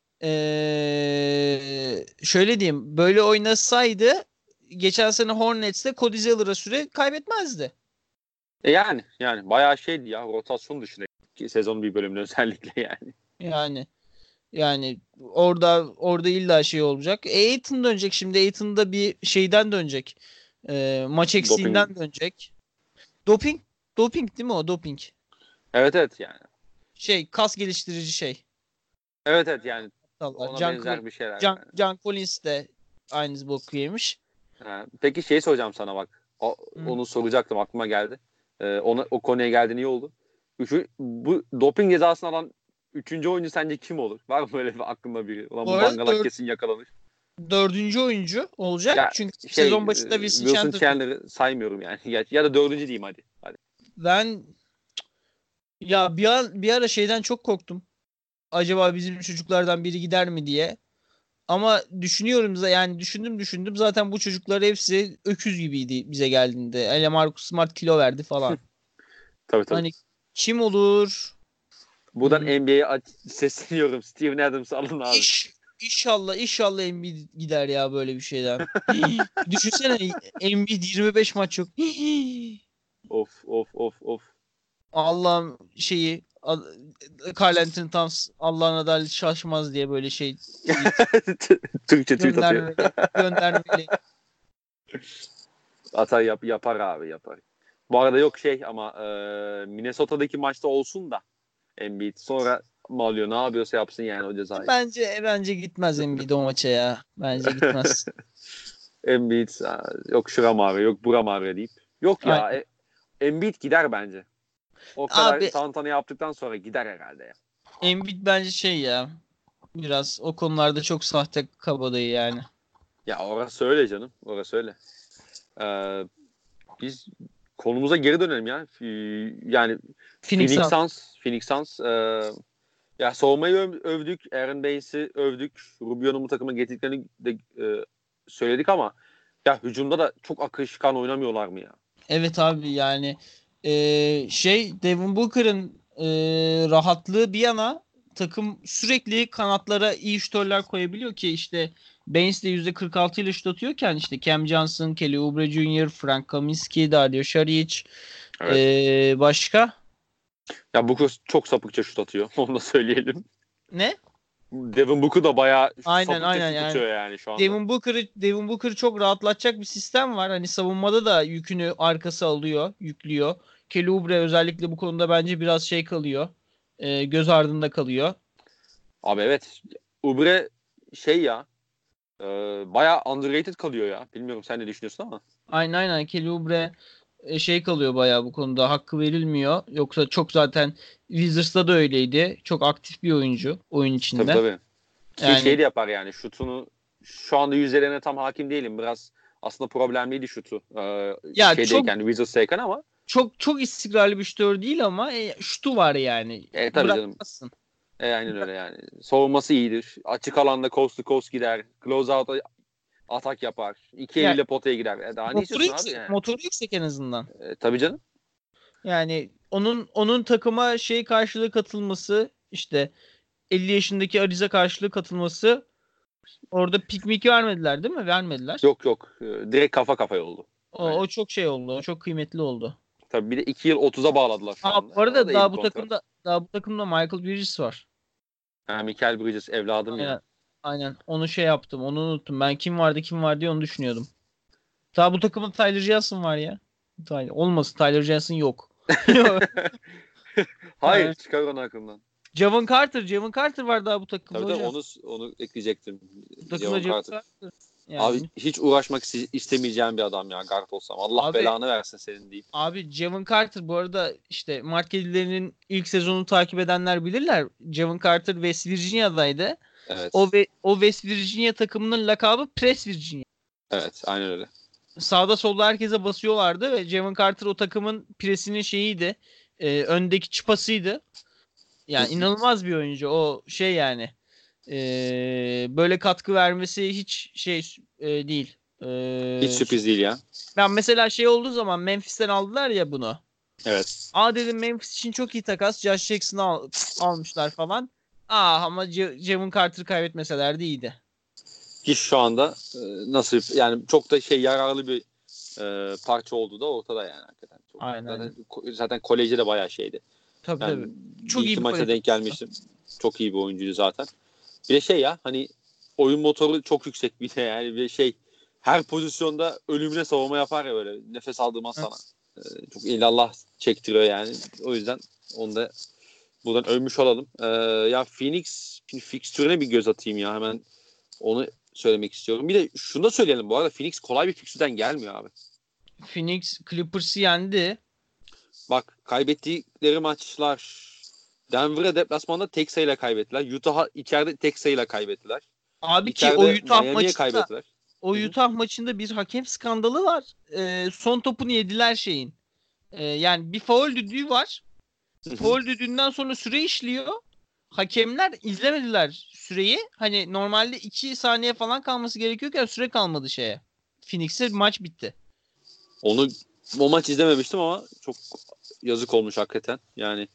ee, şöyle diyeyim böyle oynasaydı geçen sene Hornets'te Cody Zeller'a süre kaybetmezdi. E yani yani bayağı şeydi ya rotasyon dışında sezonun bir bölümünde özellikle yani. Yani yani orada orada illa şey olacak. E, Aiton dönecek şimdi. Aiton da bir şeyden dönecek. Ee, maç Doping. eksiğinden dönecek. Doping. Doping değil mi o? Doping. Evet evet yani. Şey kas geliştirici şey. Evet evet yani Allah. ona John, Col- benzer bir şeyler John, yani. John Collins de aynı boku yemiş. Ha, peki şey soracağım sana bak. O, Hı. onu soracaktım aklıma geldi. Ee, ona, o konuya geldiğin iyi oldu. Şu, bu doping cezasını alan üçüncü oyuncu sence kim olur? Var mı böyle bir aklında biri? Ulan Bu bu arada dangalak dör- kesin yakalanır. dördüncü oyuncu olacak. Ya Çünkü şey sezon başında Wilson, Wilson Chandler. Chandler'ı saymıyorum yani. Ya, ya da dördüncü diyeyim hadi. Hadi. Ben ya bir, an, bir ara şeyden çok korktum. Acaba bizim çocuklardan biri gider mi diye. Ama düşünüyorum da yani düşündüm düşündüm zaten bu çocuklar hepsi öküz gibiydi bize geldiğinde. Hele Marcus Smart kilo verdi falan. Tabii tabii. Hani kim olur? Buradan Hmm. N B A'ye sesleniyorum. Steven Adams'ı alın abi. İş, inşallah inşallah Embiid gider ya böyle bir şeyden. Düşünsene Embiid yirmi beş maç yok. Of of of of. Allah'ım şeyi Karl Anthony Towns Allah'ın adaleti şaşmaz diye böyle şey tweet Türkçe tweet atıyor. göndermeli göndermeli. Atar yap, yapar abi yapar. Bu arada yok şey ama e, Minnesota'daki maçta olsun da Embiid sonra Malio ne yapıyorsa yapsın yani o cezayı. Bence bence gitmez Embiid o maça ya. Bence gitmez. Embiid yok şuram ağrıyor yok buram ağrıyor deyip. Yok ya Aynen. e, Embiid gider bence. O kadar Abi tantana yaptıktan sonra gider herhalde ya. Embiid bence şey ya biraz o konularda çok sahte kabadayı yani. Ya orası öyle canım. Orası öyle. Ee, biz konumuza geri dönelim ya. Yani Phoenix Phoenix Suns. Suns, Phoenix Suns e, ya savunmayı öv- övdük. Aaron Baines'i övdük. Rubio'nun bu takıma getirdiklerini de e, söyledik ama ya hücumda da çok akışkan oynamıyorlar mı ya? Evet abi yani e, şey Devin Booker'ın e, rahatlığı bir yana takım sürekli kanatlara iyi şutörler koyabiliyor ki işte Baines de yüzde kırk altı ile şut atıyorken işte Cam Johnson, Kelly Oubre Junior, Frank Kaminsky, Dario Saric Evet. e, başka Ya Booker çok sapıkça şut atıyor. Onu da söyleyelim. ne? Devin Booker da bayağı Aynen sapıkça aynen şut yani atıyor yani şu anda. Devin Booker'ı Devin Booker'ı çok rahatlatacak bir sistem var. Hani savunmada da yükünü arkası alıyor, yüklüyor. Kelly Oubre özellikle bu konuda bence biraz şey kalıyor. E, göz ardında kalıyor. Abi evet. Oubre şey ya e, bayağı underrated kalıyor ya. Bilmiyorum sen ne düşünüyorsun ama. Aynen aynen Kelly Oubre e, şey kalıyor bayağı bu konuda. Hakkı verilmiyor. Yoksa çok zaten Wizards'ta da öyleydi. Çok aktif bir oyuncu oyun Tabii içinde. tabii. Ki şey Yani de yapar yani şutunu şu anda yüzdelerine tam hakim değilim. Biraz aslında problemliydi şutu. Ee, ya çok şeydeyken Wizards'tayken ama çok çok istikrarlı bir şutör değil ama e, şutu var yani. e, tabii canım. Bırakmazsın. E, aynen öyle yani. Savunması iyidir. Açık alanda coast to coast gider. Close out'a atak yapar. İki Ya eliyle potaya gider. E, daha ne motoru istiyorsun abi yüksek, yani? motoru yüksek en azından. E, tabii canım. Yani onun onun takıma şey karşılığı katılması işte elli yaşındaki Ariza karşılığı katılması orada piknik vermediler değil mi? Vermediler. Yok yok. E, direkt kafa kafaya oldu. O, Aynen. o çok şey oldu. O çok kıymetli oldu. Tabii bir de iki yıl otuza bağladılar şu Aa, anda. bu O arada da iyi bir daha bu kontrat. takımda daha bu takımda Michael Bridges var. Ha, Michael Bridges evladım ya. Aynen. Aynen. Onu şey yaptım. Onu unuttum. Ben kim vardı kim var diye onu düşünüyordum. Daha bu takımda Tyler Johnson var ya. Tyler. Olmasın Tyler Johnson yok. Hayır Evet. çıkar onu aklımdan. Javon Carter. Javon Carter var daha bu takımda Tabii tabii hocam. onu onu ekleyecektim. Bu takımda Javon Javon Carter. Carter. Abi Yani hiç uğraşmak iste- istemeyeceğim bir adam ya guard olsam. Allah abi belanı versin senin diyeyim. abi Javon Carter bu arada işte Mart Kedilerinin ilk sezonunu takip edenler bilirler. Javon Carter West Virginia'daydı. O Evet. ve o West Virginia takımının lakabı Press Virginia. Evet aynen öyle. Sağda solda herkese basıyorlardı ve Javon Carter o takımın presinin şeyiydi. E, öndeki çıpasıydı. Yani inanılmaz bir oyuncu. O şey yani e, böyle katkı vermesi hiç şey e, değil. Hiç E, sürpriz değil ya. ben mesela şey olduğu zaman Memphis'ten aldılar ya bunu. Evet. Aa dedim Memphis için çok iyi takas. Josh Jackson'ı al- almışlar falan. Aa ama Je- Javon Carter'ı kaybetmeselerdi iyiydi. Ki şu anda e, nasıl yani çok da şey yararlı bir e, parça olduğu da ortada yani hakikaten. Çok, Aynen. zaten, zaten kolejde de bayağı şeydi. Tabii Yani tabii. bir Çok iyi iki bir maça kolej. denk gelmiştim. Çok iyi bir oyuncuydu zaten. Bir de şey ya hani oyun motoru çok yüksek bir de yani bir şey her pozisyonda ölümüne savunma yapar ya böyle nefes aldırmaz sana. Ee, çok illallah çektiriyor yani. O yüzden onu da buradan övmüş olalım. Ee, ya Phoenix fikstürüne bir göz atayım ya hemen onu söylemek istiyorum. Bir de şunu da söyleyelim bu arada Phoenix kolay bir fikstürden gelmiyor abi. Phoenix Clippers'ı yendi. Bak kaybettikleri maçlar Denver'a deplasmanda tek sayıyla kaybettiler. Utah'a içeride tek sayıyla kaybettiler. Abi ki İçeride o Utah Miami'ye maçında kaybettiler. o Hı-hı. Utah maçında bir hakem skandalı var. Ee, son topunu yediler şeyin. Ee, yani bir faul düdüğü var. Hı-hı. Faul düdüğünden sonra süre işliyor. Hakemler izlemediler süreyi. Hani normalde iki saniye falan kalması gerekiyorken süre kalmadı şeye. Phoenix'e maç bitti. Onu o maç izlememiştim ama çok yazık olmuş hakikaten. Yani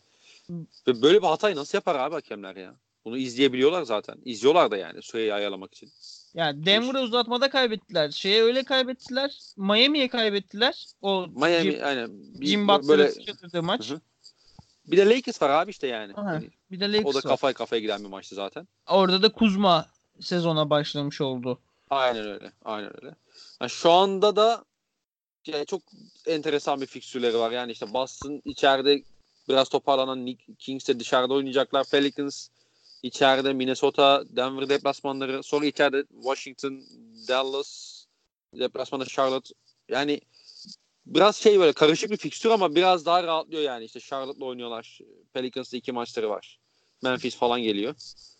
ve böyle bir hatayı nasıl yapar abi hakemler ya? Bunu izleyebiliyorlar zaten. İzliyorlar da yani süreyi ayarlamak için. Yani Denver'a uzatmada kaybettiler. Şeye öyle kaybettiler. Miami'ye kaybettiler. O Jim, Miami aynen bir Jim böyle Butler'ın sıçradığı maç. Hı-hı. Bir de Lakers var abi işte yani. Aha, Hani bir de o da Lakers var. kafaya kafaya giden bir maçtı zaten. Orada da Kuzma sezona başlamış oldu. Aynen öyle. Aynen öyle. Yani şu anda da yani çok enteresan bir fikstürleri var. Yani işte Boston içeride biraz toparlanan, Kings de dışarıda oynayacaklar. Pelicans içeride, Minnesota, Denver deplasmanları. Sonra içeride Washington, Dallas deplasmanı, Charlotte. Yani biraz şey böyle karışık bir fikstür ama biraz daha rahatlıyor yani. İşte Charlotte'la oynuyorlar. Pelicans'ta iki maçları var. Memphis falan geliyor.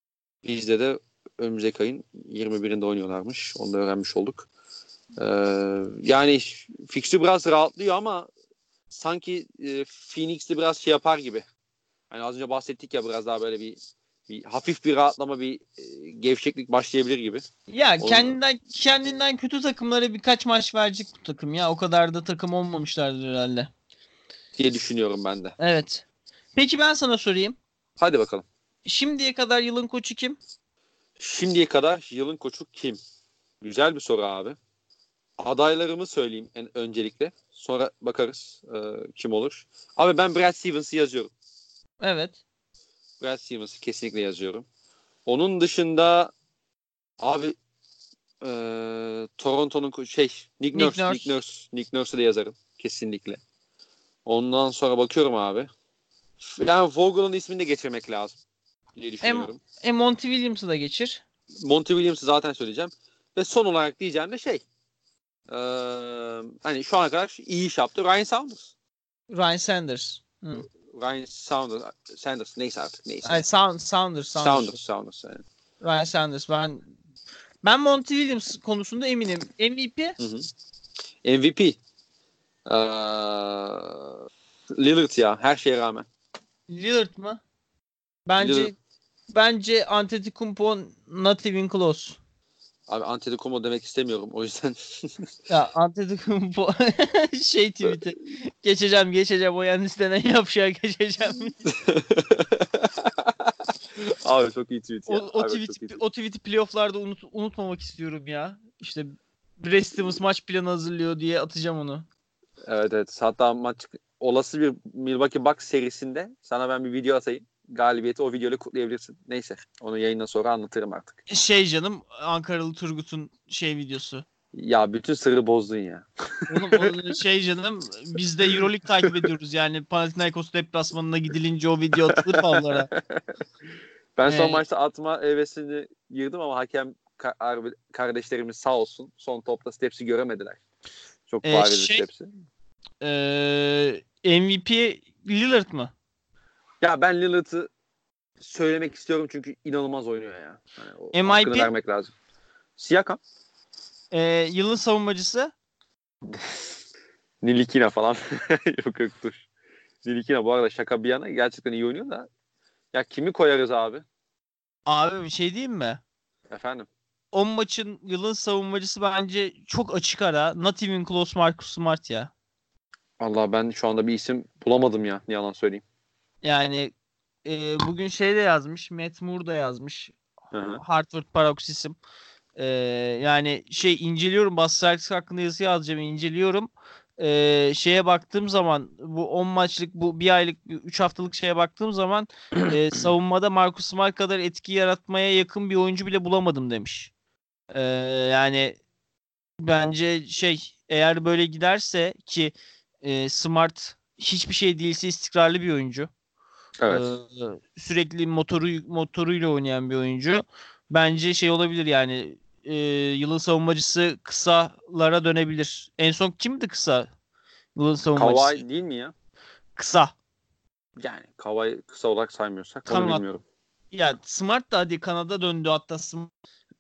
Bizde de önümüzdeki ayın yirmi birinde oynuyorlarmış. Onu da öğrenmiş olduk. Ee, yani fikstür biraz rahatlıyor ama sanki e, Phoenix'te biraz şey yapar gibi. Hani az önce bahsettik ya biraz daha böyle bir, bir hafif bir rahatlama, bir e, gevşeklik başlayabilir gibi. Ya Onu, kendinden kendinden kötü takımlara birkaç maç verecek bu takım ya. O kadar da takım olmamışlardır herhalde. diye düşünüyorum ben de. Evet. Peki ben sana sorayım. Hadi bakalım. Şimdiye kadar yılın koçu kim? Şimdiye kadar yılın koçu kim? Güzel bir soru abi. Adaylarımı söyleyeyim en öncelikle. Sonra bakarız e, kim olur. Abi ben Brad Stevens'ı yazıyorum. Evet. Brad Stevens'ı kesinlikle yazıyorum. Onun dışında abi e, Toronto'nun ko- şey Nick Nick Nurse, Nick Nurse. Nurse, Nick Nurse'ı da yazarım kesinlikle. Ondan sonra bakıyorum abi. Yani Vogel'ın ismini de geçirmek lazım diye Em, düşünüyorum. e, Monty Williams'ı da geçir. Monty Williams'ı zaten söyleyeceğim. Ve son olarak diyeceğim de şey e, hani şu ana kadar iyi iş yaptı. Ryan Saunders. Ryan Sanders. Hı. Ryan Saunders, Sanders neyse artık neyse Ay, yani. Sound, Saunders, Saunders. Saunders, Saunders yani. Ryan Sanders. Ben ben Monty Williams konusunda eminim. M V P Hı hı. M V P. Ee, Lillard ya her şeye rağmen. Lillard mı? Lillard. Bence bence Antetokounmpo not even close. Abi Antetokounmpo demek istemiyorum o yüzden. Ya Antetokounmpo şey tweet'i. Geçeceğim geçeceğim o Yannis denen yavşağa geçeceğim. Abi çok iyi tweet O, ya. o Abi çok tweet'i iyi tweet. o tweet'i playoff'larda unut, unutmamak istiyorum ya. İşte Brad Stevens maç planı hazırlıyor diye atacağım onu. Evet evet. Hatta maç olası bir Milwaukee Bucks serisinde sana ben bir video atayım. Galibiyeti o videoyla kutlayabilirsin. Neyse. Onu yayından sonra anlatırım artık. Şey canım Ankaralı Turgut'un şey videosu. Ya bütün sırrı bozdun ya. Oğlum o şey canım biz de Euroleague takip ediyoruz yani Panathinaikos deplasmanına gidilince o video atılır favlara. Ben son Ee, maçta atma hevesini girdim ama hakem ka- kardeşlerimiz sağ olsun son topta steps'i göremediler. Çok e, bariz bir şey steps'i. e, M V P Lillard mı? Ya ben Lillard'ı söylemek istiyorum çünkü inanılmaz oynuyor ya. Hani o hakkını M I P vermek lazım. Siakam, e, yılın savunmacısı. Nilikina falan. Yok yok dur. Nilikina bu arada şaka bir yana gerçekten iyi oynuyor da. Ya kimi koyarız abi? Abi bir şey diyeyim mi? Efendim. on maçın yılın savunmacısı bence çok açık ara. Not even close Marcus Smart ya. Allah ben şu anda bir isim bulamadım ya. Ne yalan söyleyeyim. Yani e, bugün şey de yazmış. Matt Moore da yazmış. Hı hı. Hartford Paroxysm. E, yani şey inceliyorum. Boston Celtics hakkında yazı yazacağım. İnceliyorum. E, şeye baktığım zaman bu on maçlık bu bir aylık üç haftalık şeye baktığım zaman e, savunmada Marcus Smart kadar etki yaratmaya yakın bir oyuncu bile bulamadım demiş. E, yani bence şey eğer böyle giderse ki e, Smart hiçbir şey değilse istikrarlı bir oyuncu. Ee, Evet. sürekli motoru motoruyla oynayan bir oyuncu. Bence şey olabilir yani e, yılın savunmacısı kısalara dönebilir. En son kimdi kısa yılın savunmacısı? Kawhi değil mi ya? Kısa. Yani Kawhi kısa olarak saymıyorsak onu Kanat. bilmiyorum. Ya Smart da hadi Kanada döndü hatta Smart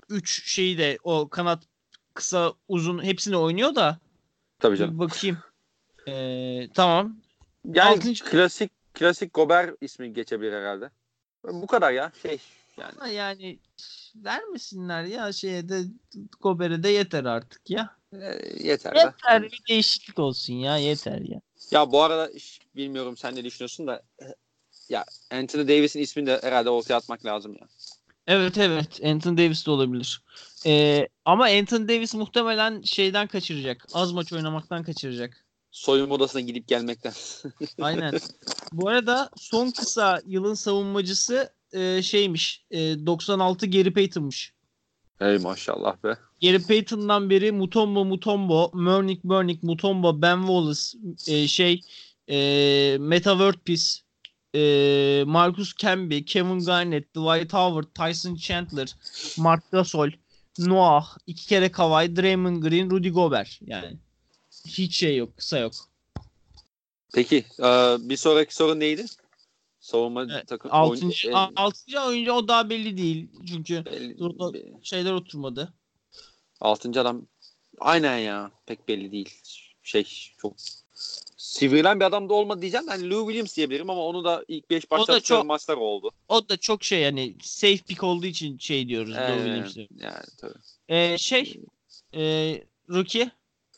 üç şeyi de o kanat kısa uzun hepsini oynuyor da. Tabii Bir canım. bakayım. Ee, tamam. Yani Altıncı klasik klasik Gober ismi geçebilir herhalde. Bu kadar ya. Şey yani. ama yani vermesinler ya şeye de Gober'e de yeter artık ya. E, yeter de. Yeter bir değişiklik olsun ya yeter ya. Ya bu arada bilmiyorum sen ne düşünüyorsun da ya Anthony Davis'in ismini de herhalde ortaya atmak lazım ya. Evet evet Anthony Davis de olabilir. Ee, ama Anthony Davis muhtemelen şeyden kaçıracak. Az maç oynamaktan kaçıracak. Soyunma odasına gidip gelmekten. Aynen. Bu arada son kısa yılın savunmacısı e, şeymiş. E, doksan altı Gary Payton'mış. Hey maşallah be. Gary Payton'dan beri Mutombo Mutombo, Mörnik Mörnik, Mutombo, Ben Wallace, e, şey e, Meta World Peace, e, Marcus Camby, Kevin Garnett, Dwight Howard, Tyson Chandler, Marc Gasol, Noah, iki kere Kawhi, Draymond Green, Rudy Gobert. Yani hiç şey yok, kısa yok. Peki e, bir sonraki soru neydi? Savunma Evet, takım altıncı, oyun, e, altıncı oyuncu o daha belli değil. Çünkü belli- burada be- şeyler oturmadı. altıncı adam aynen ya pek belli değil. Şey çok sivrilen bir adam da olmadı diyeceğim. Hani Lou Williams diyebilirim ama onu da ilk beş O da başlattıkları çok maçlar oldu. o da çok şey yani safe pick olduğu için şey diyoruz Lou Ee, Williams'ı. yani tabii. Ee, şey e, rookie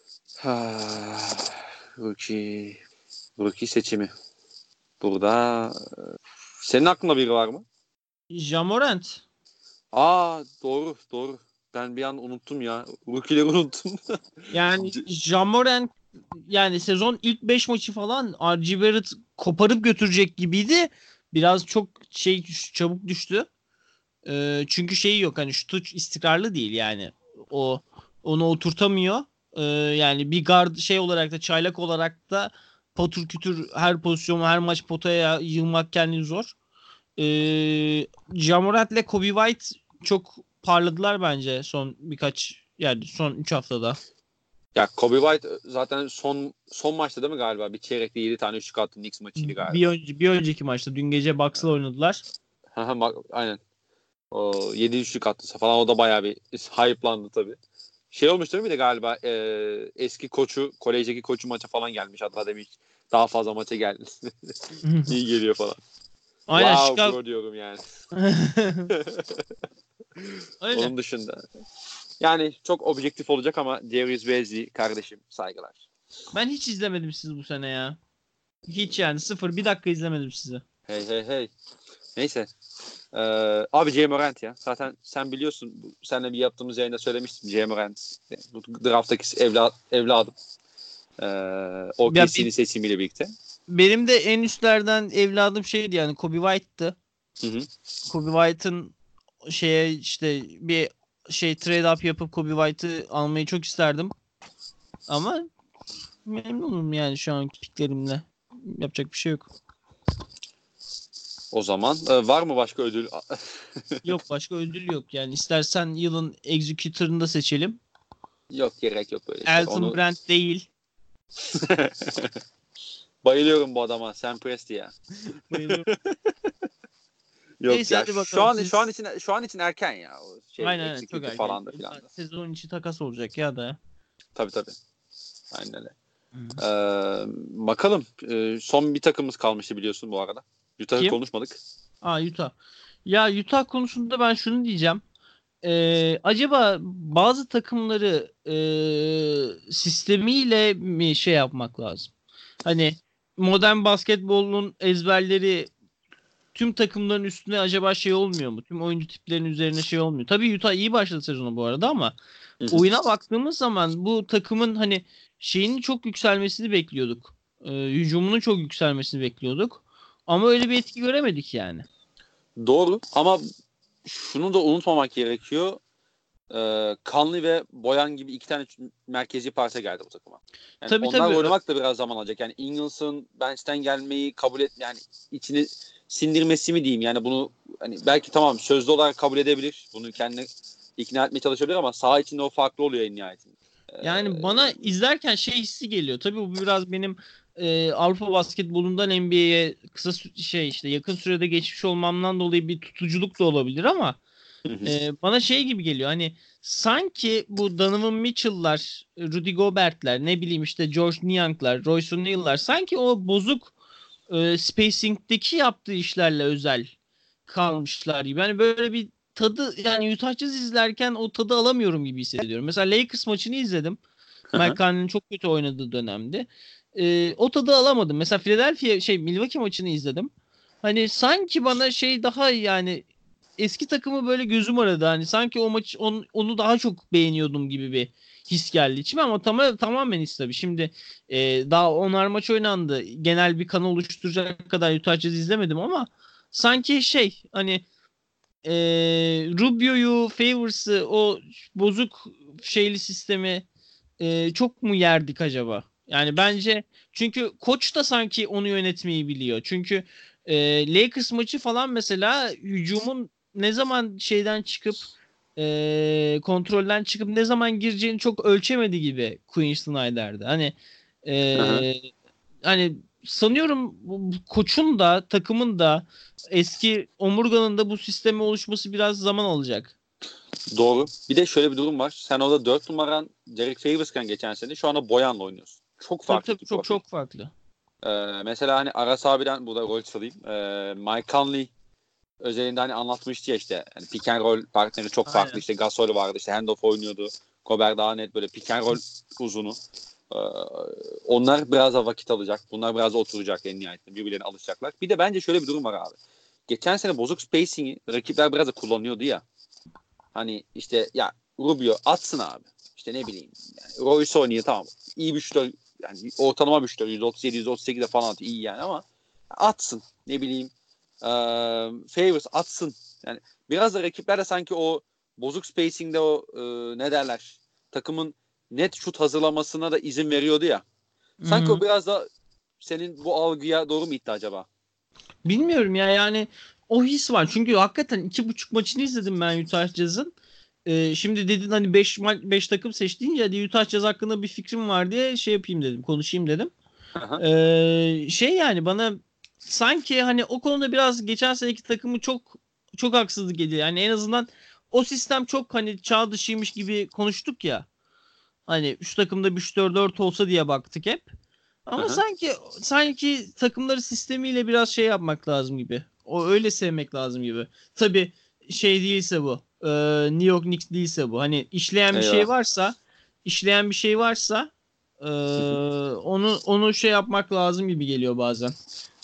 Ha, rookie, rookie seçimi. Burada e, senin aklında biri var mı? Ja Morant. Aa doğru doğru. Ben bir an unuttum ya. Rookie'leri unuttum. Yani C- Ja Morant yani sezon ilk beş maçı falan R J Barrett koparıp götürecek gibiydi. Biraz çok şey düş- çabuk düştü. Ee, çünkü şeyi yok hani şutu istikrarlı değil yani. O onu oturtamıyor. Ee, yani bir guard şey olarak da çaylak olarak da patır kütür her pozisyon her maç potaya yığmak kendini zor. Ee, Ja Morant ile Kobe White çok parladılar bence son birkaç yani son üç haftada. Ya Kobe White zaten son son maçta değil mi galiba? Bir çeyrekte yedi tane üçlük attı Knicks maçıydı Bir, galiba. önce, bir önceki maçta dün gece Bucks'la oynadılar. Haha, bak, aynen. O yedi üçlük attı falan o da bayağı bir hype'landı tabii. Şey olmuş değil mi bir de galiba e, eski koçu, kolejdeki koçu maça falan gelmiş. Hatta demiş daha fazla maça geldi. İyi geliyor falan. Aynen Wow Chicago. bro diyorum yani. Öyle. Onun dışında. Yani çok objektif olacak ama Darius Bazley kardeşim saygılar. Ben hiç izlemedim sizi bu sene ya. Hiç yani sıfır bir dakika izlemedim sizi. Hey hey hey. Neyse. Ee, abi J. Morant ya. Zaten sen biliyorsun. Bu, seninle bir yaptığımız yayında söylemiştim. J. Morant. Bu drafttaki evla, evladım. Ee, Ya O K C'nin be- seçimiyle birlikte. benim de en üstlerden evladım şeydi yani Kobe White'tı. Hı hı. Kobe White'ın şeye işte bir şey trade up yapıp Kobe White'ı almayı çok isterdim. Ama memnunum yani şu anki piklerimle. Yapacak bir şey yok. O zaman e, var mı başka ödül? Yok başka ödül yok. Yani istersen yılın executor'ını da seçelim. Yok gerek yok böyle şey. Elton Onu Brand değil. bayılıyorum bu adama. Sam Presti ya. Bayılıyorum. Yok Neyse ya. hadi Şu bakalım an siz. şu an için şu an için erken ya. O şey Aynen aynen çok executive erken. falan da filan da. Sezon içi takas olacak ya da. Tabii tabii. Aynen öyle. Hı. Ee, bakalım. Ee, son bir takımımız kalmıştı biliyorsun bu arada. Utah'ı Kim? konuşmadık. Aa Utah. Ya Utah konusunda ben şunu diyeceğim. Ee, acaba bazı takımları e, sistemiyle mi şey yapmak lazım? Hani modern basketbolun ezberleri tüm takımların üstüne acaba şey olmuyor mu? Tüm oyuncu tiplerinin üzerine şey olmuyor. Tabii Utah iyi başladı sezonu bu arada ama Hı hı. oyuna baktığımız zaman bu takımın hani şeyinin çok yükselmesini bekliyorduk. Ee, hücumunun çok yükselmesini bekliyorduk. Ama öyle bir etki göremedik yani. Doğru ama şunu da unutmamak gerekiyor. Ee, Conley ve Boyan gibi iki tane merkezi parça geldi bu takıma. Yani Tabii onlar tabii. oynamak da biraz zaman alacak. Yani Ingles'ın bench'ten gelmeyi kabul et yani içini sindirmesi mi diyeyim yani bunu hani belki tamam sözlü olarak kabul edebilir. Bunu kendine ikna etmeye çalışabilir ama saha içinde o farklı oluyor en nihayetinde. Ee, Yani bana izlerken şey hissi geliyor. Tabii bu biraz benim e, Avrupa basketbolundan N B A'ye kısa sü- şey işte yakın sürede geçmiş olmamdan dolayı bir tutuculuk da olabilir ama Ee, bana şey gibi geliyor hani sanki bu Donovan Mitchell'lar, Rudy Gobert'ler, ne bileyim işte George Niang'lar, Royce O'Neal'lar sanki o bozuk e, spacing'deki yaptığı işlerle özel kalmışlar gibi. Yani böyle bir tadı, yani Utah Jazz izlerken o tadı alamıyorum gibi hissediyorum. Mesela Lakers maçını izledim. Mike Conley'nin çok kötü oynadığı dönemde. Ee, o tadı alamadım. Mesela Philadelphia şey Milwaukee maçını izledim. Hani sanki bana şey daha yani eski takımı böyle gözüm aradı. Hani sanki o maç on, onu daha çok beğeniyordum gibi bir his geldi içime ama tam, tamamen his tabii. Şimdi e, daha onar maç oynandı. Genel bir kanı oluşturacak kadar Utah Jazz izlemedim ama sanki şey hani e, Rubio'yu, Favors'ı, o bozuk şeyli sistemi e, çok mu yerdik acaba? Yani bence çünkü koç da sanki onu yönetmeyi biliyor. Çünkü e, Lakers maçı falan mesela hücumun ne zaman şeyden çıkıp e, kontrolden çıkıp ne zaman gireceğini çok ölçemedi gibi Quinn Snyder'de. Hani e, hani sanıyorum bu, bu koçun da takımın da eski omurganın da bu sisteme oluşması biraz zaman alacak. Doğru. Bir de şöyle bir durum var. Sen orada dört numaran Derek Favors'ken geçen sene şu anda Boyan'la oynuyorsun. Çok Tabii farklı tabii iki çok profil. çok farklı. Ee, mesela hani Aras abiden burada rol çalayım. Ee, Mike Conley özelinde hani anlatmıştı ya işte. Yani pick and roll partneri çok farklı. Aynen. İşte Gasol vardı. İşte handoff oynuyordu. Gobert daha net böyle pick and roll uzunu. Ee, onlar biraz da vakit alacak. Bunlar biraz da oturacak en nihayetinde. Birbirlerine alışacaklar. Bir de bence şöyle bir durum var abi. Geçen sene bozuk spacing'i rakipler biraz da kullanıyordu ya. Hani işte ya Rubio atsın abi. İşte ne bileyim. Yani Royce oynuyor tamam. İyi bir şutör. Yani ortalama bir şutör. yüz otuz yedi yüz otuz sekiz de falan atıyor. İyi yani ama atsın. Ne bileyim. Ee, Favors atsın. Yani biraz da rakipler de sanki o bozuk spacing'de o e, ne derler takımın net şut hazırlamasına da izin veriyordu ya. Sanki o Hı-hı. biraz da senin bu algıya doğru mu itti acaba? Bilmiyorum ya, yani o his var. Çünkü hakikaten iki buçuk maçını izledim ben Utah Jazz'ın. Ee, şimdi dedin hani beş beş takım seç deyince hadi Utah Jazz hakkında bir fikrim var diye şey yapayım dedim. Konuşayım dedim. Aha. Ee, şey yani bana sanki hani o konuda biraz geçen seneki takımı çok çok haksızlık ediyor. Yani en azından o sistem çok hani çağ dışıymış gibi konuştuk ya. Hani üç takımda üç dört dört olsa diye baktık hep. Ama Aha. sanki sanki takımları sistemiyle biraz şey yapmak lazım gibi. O öyle sevmek lazım gibi. Tabii şey değilse bu. E, New York Knicks değilse bu. Hani işleyen bir şey Eyvah. varsa, işleyen bir şey varsa e, onu onu şey yapmak lazım gibi geliyor bazen.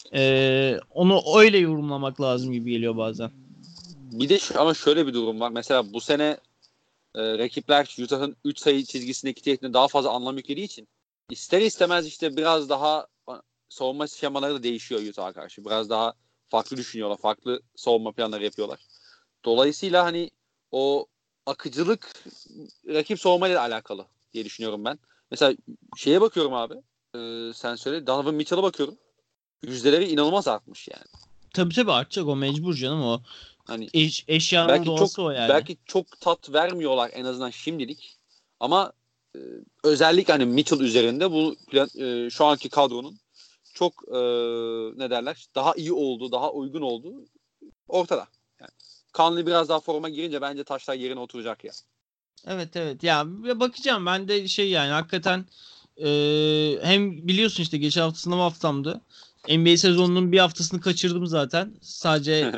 E, onu öyle yorumlamak lazım gibi geliyor bazen. Bir de şu, ama şöyle bir durum var. Mesela bu sene e, rakipler Utah'ın üç sayı çizgisindeki tehditine daha fazla anlam yüklediği için ister istemez işte biraz daha savunma şemaları da değişiyor Utah'a karşı. Biraz daha farklı düşünüyorlar. Farklı savunma planları yapıyorlar. Dolayısıyla hani o akıcılık rakip savunmayla alakalı diye düşünüyorum ben. Mesela şeye bakıyorum abi. E, sen söyle. Donovan Mitchell'a bakıyorum. Yüzdeleri inanılmaz artmış yani. Tabii tabii artacak, o mecbur canım o. Hani Eş, eşyanın belki çok doğası o yani. belki çok tat vermiyorlar en azından şimdilik. Ama e, özellikle hani Mitchell üzerinde bu plan, e, şu anki kadronun çok e, ne derler daha iyi olduğu, daha uygun olduğu ortada. Yani Conley biraz daha forma girince bence taşlar yerine oturacak ya. Evet evet ya, bir bakacağım ben de şey yani hakikaten e, hem biliyorsun işte geçen hafta sınav haftamdı. N B A sezonunun bir haftasını kaçırdım zaten. Sadece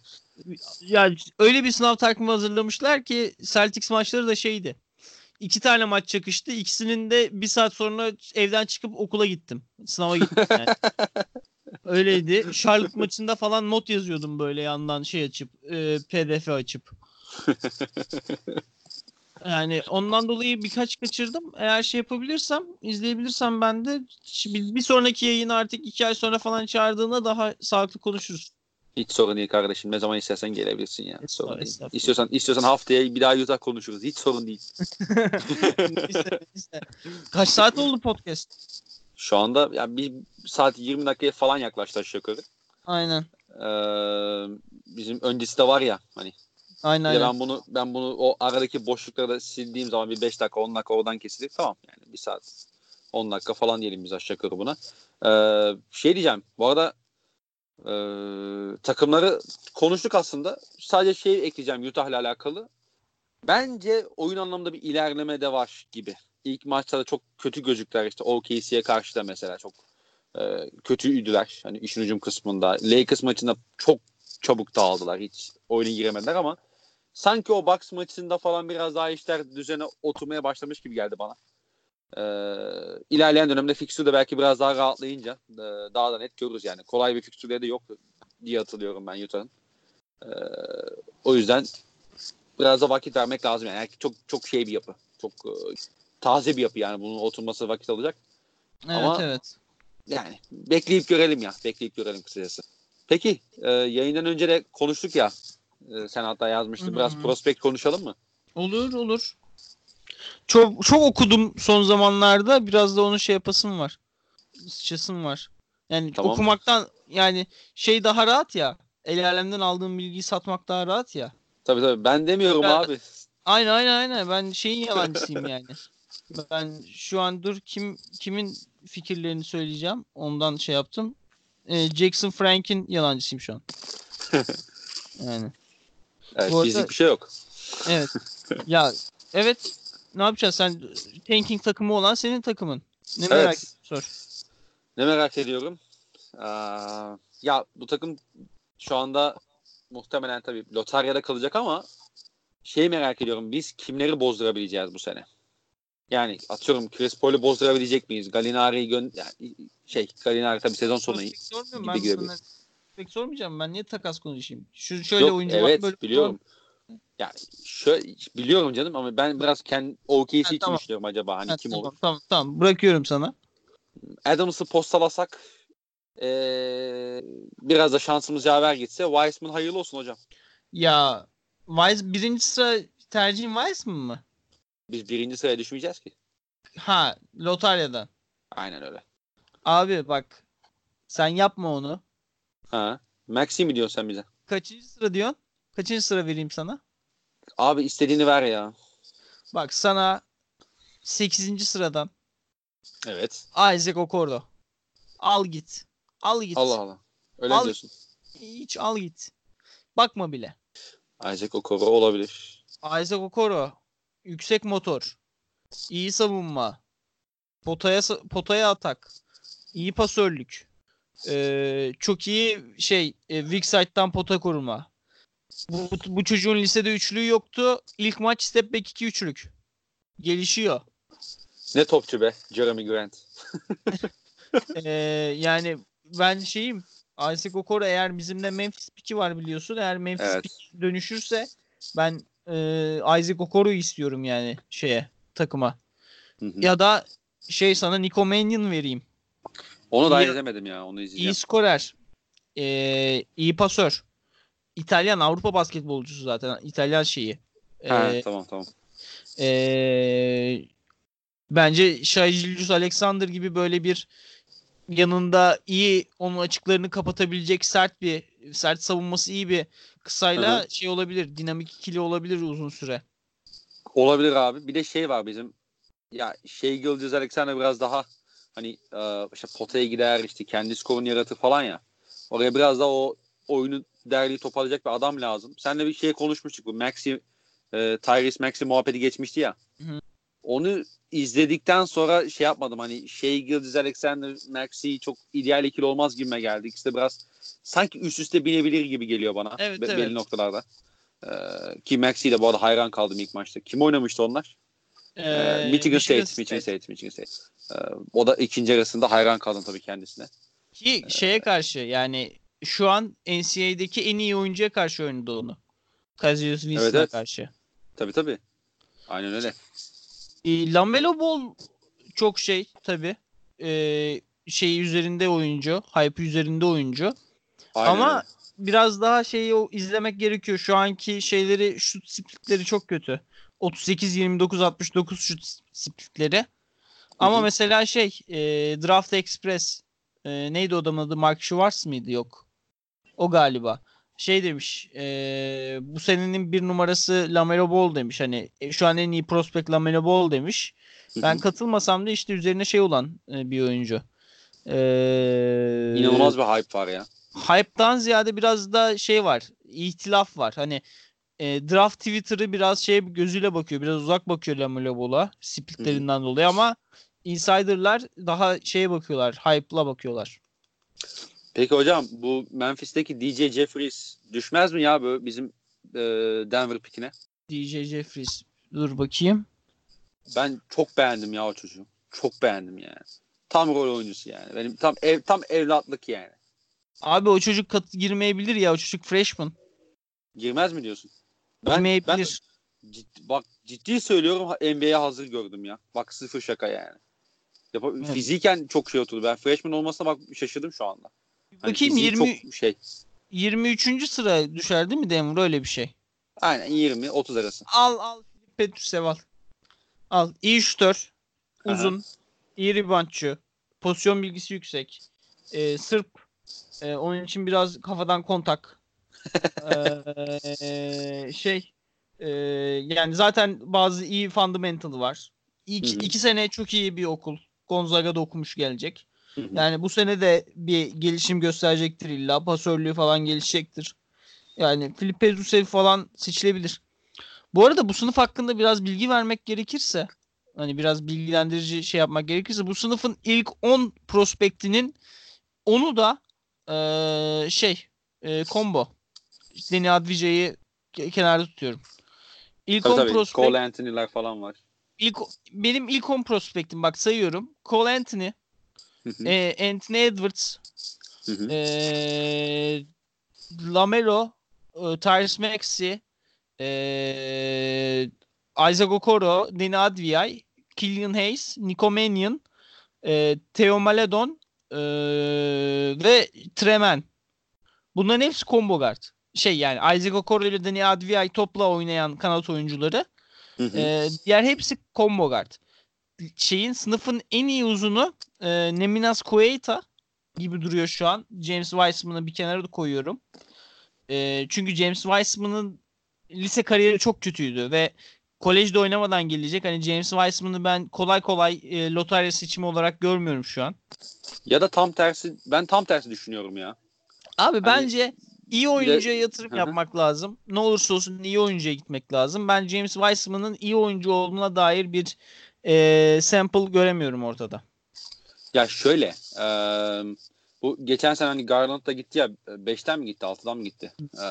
ya öyle bir sınav takvimi hazırlamışlar ki Celtics maçları da şeydi. İki tane maç çakıştı. İkisinin de bir saat sonra evden çıkıp okula gittim. Sınava gittim yani. Öyleydi. Charlotte maçında falan not yazıyordum böyle yandan şey açıp e, P D F açıp. Yani ondan dolayı birkaç kaçırdım. Eğer şey yapabilirsem, izleyebilirsem ben de bir, bir sonraki yayını artık iki ay sonra falan çağırdığında daha sağlıklı konuşuruz. Hiç sorun değil kardeşim. Ne zaman istersen gelebilirsin ya. Sorun Estağfurullah, değil. estağfurullah. İstiyorsan istiyorsan haftaya bir daha Utah konuşuruz. Hiç sorun değil. Neyse, neyse. Kaç saat oldu podcast? Şu anda ya bir saat yirmi dakikaya falan yaklaştı aşağı yukarı. Aynen. Ee, bizim öncesi de var ya hani Aynen bir de aynen. ben bunu ben bunu o aradaki boşlukları da sildiğim zaman bir beş dakika on dakika oradan kesilir tamam yani bir saat on dakika falan diyelim biz aşağı yukarı buna. Ee, şey diyeceğim bu arada Ee, takımları konuştuk aslında. Sadece şey ekleyeceğim Utah'la alakalı. Bence oyun anlamında bir ilerleme de var gibi. İlk maçta çok kötü gözüktüler işte. O K C'ye karşı da mesela çok e, kötüydüler. Hani işin hücum kısmında. Lakers maçında çok çabuk dağıldılar. Hiç oyuna giremediler ama sanki o Bucks maçında falan biraz daha işler düzene oturmaya başlamış gibi geldi bana. Ee, ilerleyen dönemde fikstürü de belki biraz daha rahatlayınca e, daha da net görürüz yani. Kolay bir fikstürleri de yok diye hatırlıyorum ben Utah'ın. Ee, o yüzden biraz da vakit vermek lazım yani. Çok çok şey bir yapı. Çok e, taze bir yapı yani. Bunun oturması vakit alacak. Evet, Ama evet. yani bekleyip görelim ya. Bekleyip görelim kısacası. Peki e, yayından önce de konuştuk ya. E, sen hatta yazmıştın. Biraz Hmm. prospekt konuşalım mı? Olur olur. Çok çok okudum son zamanlarda. Biraz da onu şey yapasım var. Sıçasım var. Yani Tamam. okumaktan yani şey daha rahat ya. El alemden aldığım bilgiyi satmak daha rahat ya. Tabii tabii. Ben demiyorum Ben, abi. aynen aynen aynen. Ben şeyin yalancısıyım yani. Ben şu an dur kim kimin fikirlerini söyleyeceğim. Ondan şey yaptım. Ee, Jackson Frank'in yalancısıyım şu an. Yani. Evet, Bu arada fizik bir şey yok. evet. Ya evet. Ne yapacaksın sen? Tanking takımı olan senin takımın. Ne merak Evet. ediyorsun? Sor. Ne merak ediyorum? Aa, ya bu takım şu anda muhtemelen tabii lotaryada kalacak ama şeyi merak ediyorum. Biz kimleri bozdurabileceğiz bu sene? Yani atıyorum Chris Paul'u bozdurabilecek miyiz? Gallinari'yi gö- yani şey Gallinari tabii sezon sonu Prospekt sormuyorum gibi ben gidebilir. sana. Prospekt sormayacağım ben. Niye takas konuşayım? Şu şöyle Yok oyuncu var, böyle evet oyuncu var. biliyorum. Ya şöyle biliyorum canım ama ben biraz kendi O K Ha, C için tamam. düşünüyorum acaba hani Ha, kim olur? tamam tamam tamam. Bırakıyorum sana. Adams'ı postalasak ee, biraz da şansımız yaver gitse Wiseman hayırlı olsun hocam. Ya Wise birinci sıra tercihin Wiseman mı? Biz birinci sıraya düşmeyeceğiz ki. Ha, lotaryadan. Aynen öyle. Abi bak sen yapma onu. Ha. Maxi mi diyorsun sen bize? Kaçıncı sıra diyorsun? Kaçıncı sıra vereyim sana? Abi istediğini ver ya. Bak sana sekizinci sıradan Evet. Isaac Okoro. Al git. Al Allah git. Allah. Öyle mi Al diyorsun? hiç al git. Bakma bile. Isaac Okoro olabilir. Isaac Okoro yüksek motor, iyi savunma, potaya potaya atak, iyi pasörlük, ee, çok iyi şey e, weak side'dan pota koruma. Bu, bu çocuğun lisede üçlüğü yoktu. İlk maç step back iki üçlük. Gelişiyor. Ne topçu be. Jeremy Grant. Ee, yani ben şeyim Isaac Okoro eğer bizimle Memphis Pick'i var biliyorsun. Eğer Memphis Pick Evet. dönüşürse ben e, Isaac Okoro'yu istiyorum yani şeye takıma. Hı hı. Ya da şey sana Nico Mannion vereyim. Onu daha İyi, izlemedim ya. Onu iyi izleyeceğim. skorer. Ee, iyi pasör. İtalyan Avrupa basketbolcusu zaten. İtalyan şeyi. Ha Ee, tamam tamam. ee, bence Shai Gilgeous-Alexander gibi böyle bir yanında iyi onun açıklarını kapatabilecek sert bir sert savunması iyi bir Hı hı. kısayla şey olabilir. Dinamik ikili olabilir uzun süre. Olabilir abi. Bir de şey var bizim. Ya şey Gilgeous Alexander biraz daha hani e, işte potaya gider işte kendi skorunu yaratır falan ya. Oraya biraz daha o oyunu derli toparlayacak bir adam lazım. Seninle bir şey konuşmuştuk. Bu Maxi e, Tyrese Maxi muhabbeti geçmişti ya. Hı-hı. Onu izledikten sonra şey yapmadım. Hani şey Gilgeous Alexander Maxi çok ideal ikili olmaz gibime geldi. İkisi de biraz sanki üst üste binebilir gibi geliyor bana Evet be- belli evet. noktalarda. Ee, ki Maxi de bu arada hayran kaldım ilk maçta. Kim oynamıştı onlar? Ee, Ee, Michigan Michigan State, Michigan State. State, Michigan State. Ee, o da ikinci arasında hayran kaldım tabii kendisine. Ki şeye karşı yani şu an N C A A'deki en iyi oyuncuya karşı oynadı onu. Cassius Evet Winston'a evet. karşı. Tabii tabii. Aynen öyle. E, Lamelo Ball çok şey tabii. E, şey üzerinde oyuncu. Hype üzerinde oyuncu. Aynen Ama öyle. biraz daha şeyi o izlemek gerekiyor. Şu anki şeyleri şut splitleri çok kötü. otuz sekiz yirmi dokuz altmış dokuz şut splitleri. Hı Ama hı. mesela şey e, Draft Express e, neydi o adamın adı? Mark Schwartz mıydı? Yok. O galiba. Şey demiş e, bu senenin bir numarası Lamelo Ball demiş. Hani e, şu an en iyi prospect Lamelo Ball demiş. Hı Ben hı. katılmasam da işte üzerine şey olan e, bir oyuncu. E, İnanılmaz bir hype var ya. hype'dan ziyade biraz da şey var. İhtilaf var. Hani e, draft Twitter'ı biraz şey gözüyle bakıyor. Biraz uzak bakıyor Lamelo Ball'a Hı hı. splitlerinden dolayı ama insider'lar daha şeye bakıyorlar. Hype'la bakıyorlar. Peki hocam bu Memphis'teki D J Jeffries düşmez mi ya böyle bizim e, Denver pikine? D J Jeffries. Dur bakayım. Ben çok beğendim ya o çocuğu. Çok beğendim yani. Tam rol oyuncusu yani. Benim tam ev tam evlatlık yani. Abi o çocuk kat girmeyebilir ya. O çocuk freshman. Girmez mi diyorsun? Ben ben Girmeyebilir. ciddi, bak ciddi söylüyorum N B A'ye hazır gördüm ya. Bak sıfır şaka yani. Yap- Evet. fiziken çok şey oturdu. Ben freshman olmasına bak şaşırdım şu anda. Hani Bakayım fiziği çok yirmi şey. yirmi üçüncü sıra düşer değil mi Denver öyle bir şey. Aynen yirmi otuz arası. Al al Petrus'ev al. Al. İyi şutör. Aha. Uzun. İyi reboundçı. Pozisyon bilgisi yüksek. Ee, Sırp. Ee, onun için biraz kafadan kontak. Ee, şey ee, yani zaten bazı iyi fundamental'ı var. İki, Hı hı. iki sene çok iyi bir okul. Gonzaga'da okumuş gelecek. Hı hı. Yani bu sene de bir gelişim gösterecektir illa. Pasörlüğü falan gelişecektir. Yani Filip Pedrusev falan seçilebilir. Bu arada bu sınıf hakkında biraz bilgi vermek gerekirse hani biraz bilgilendirici şey yapmak gerekirse bu sınıfın ilk on prospektinin onu da ee, şey ee, combo. Deni Advice'yi ke- kenarda tutuyorum. İlk Tabii on tabii. prospekt Cole Anthony'ler falan var. ilk benim ilk on prospektim bak sayıyorum. Cole Anthony, Hı hı. e, Anthony Edwards, Hı hı. e, Lamelo, e, Tyrese Maxey, e, Isaac Okoro, Deni Adviyay, Killian Hayes, Nico Mannion, e, Theo Maledon e, ve Tremen. Bunların hepsi combo guard. Şey yani Isaac Okoro ile Deni Adviyay topla oynayan kanat oyuncuları. Hı hı. E, diğer hepsi combo guard. Şeyin sınıfın en iyi uzunu e, Neminas Quaita gibi duruyor şu an. James Wiseman'ı bir kenara da koyuyorum. E, çünkü James Wiseman'ın lise kariyeri çok kötüydü ve kolejde oynamadan gelecek. Hani James Wiseman'ı ben kolay kolay e, lotarya seçimi olarak görmüyorum şu an. Ya da tam tersi ben tam tersi düşünüyorum ya. Abi Hani bence iyi bir de oyuncuya yatırım hı hı. yapmak lazım. Ne olursa olsun iyi oyuncuya gitmek lazım. Ben James Wiseman'ın iyi oyuncu olduğuna dair bir e, sample göremiyorum ortada. Ya şöyle e, bu geçen sene hani Garland da gitti ya beşten mi gitti altıdan mı gitti? E,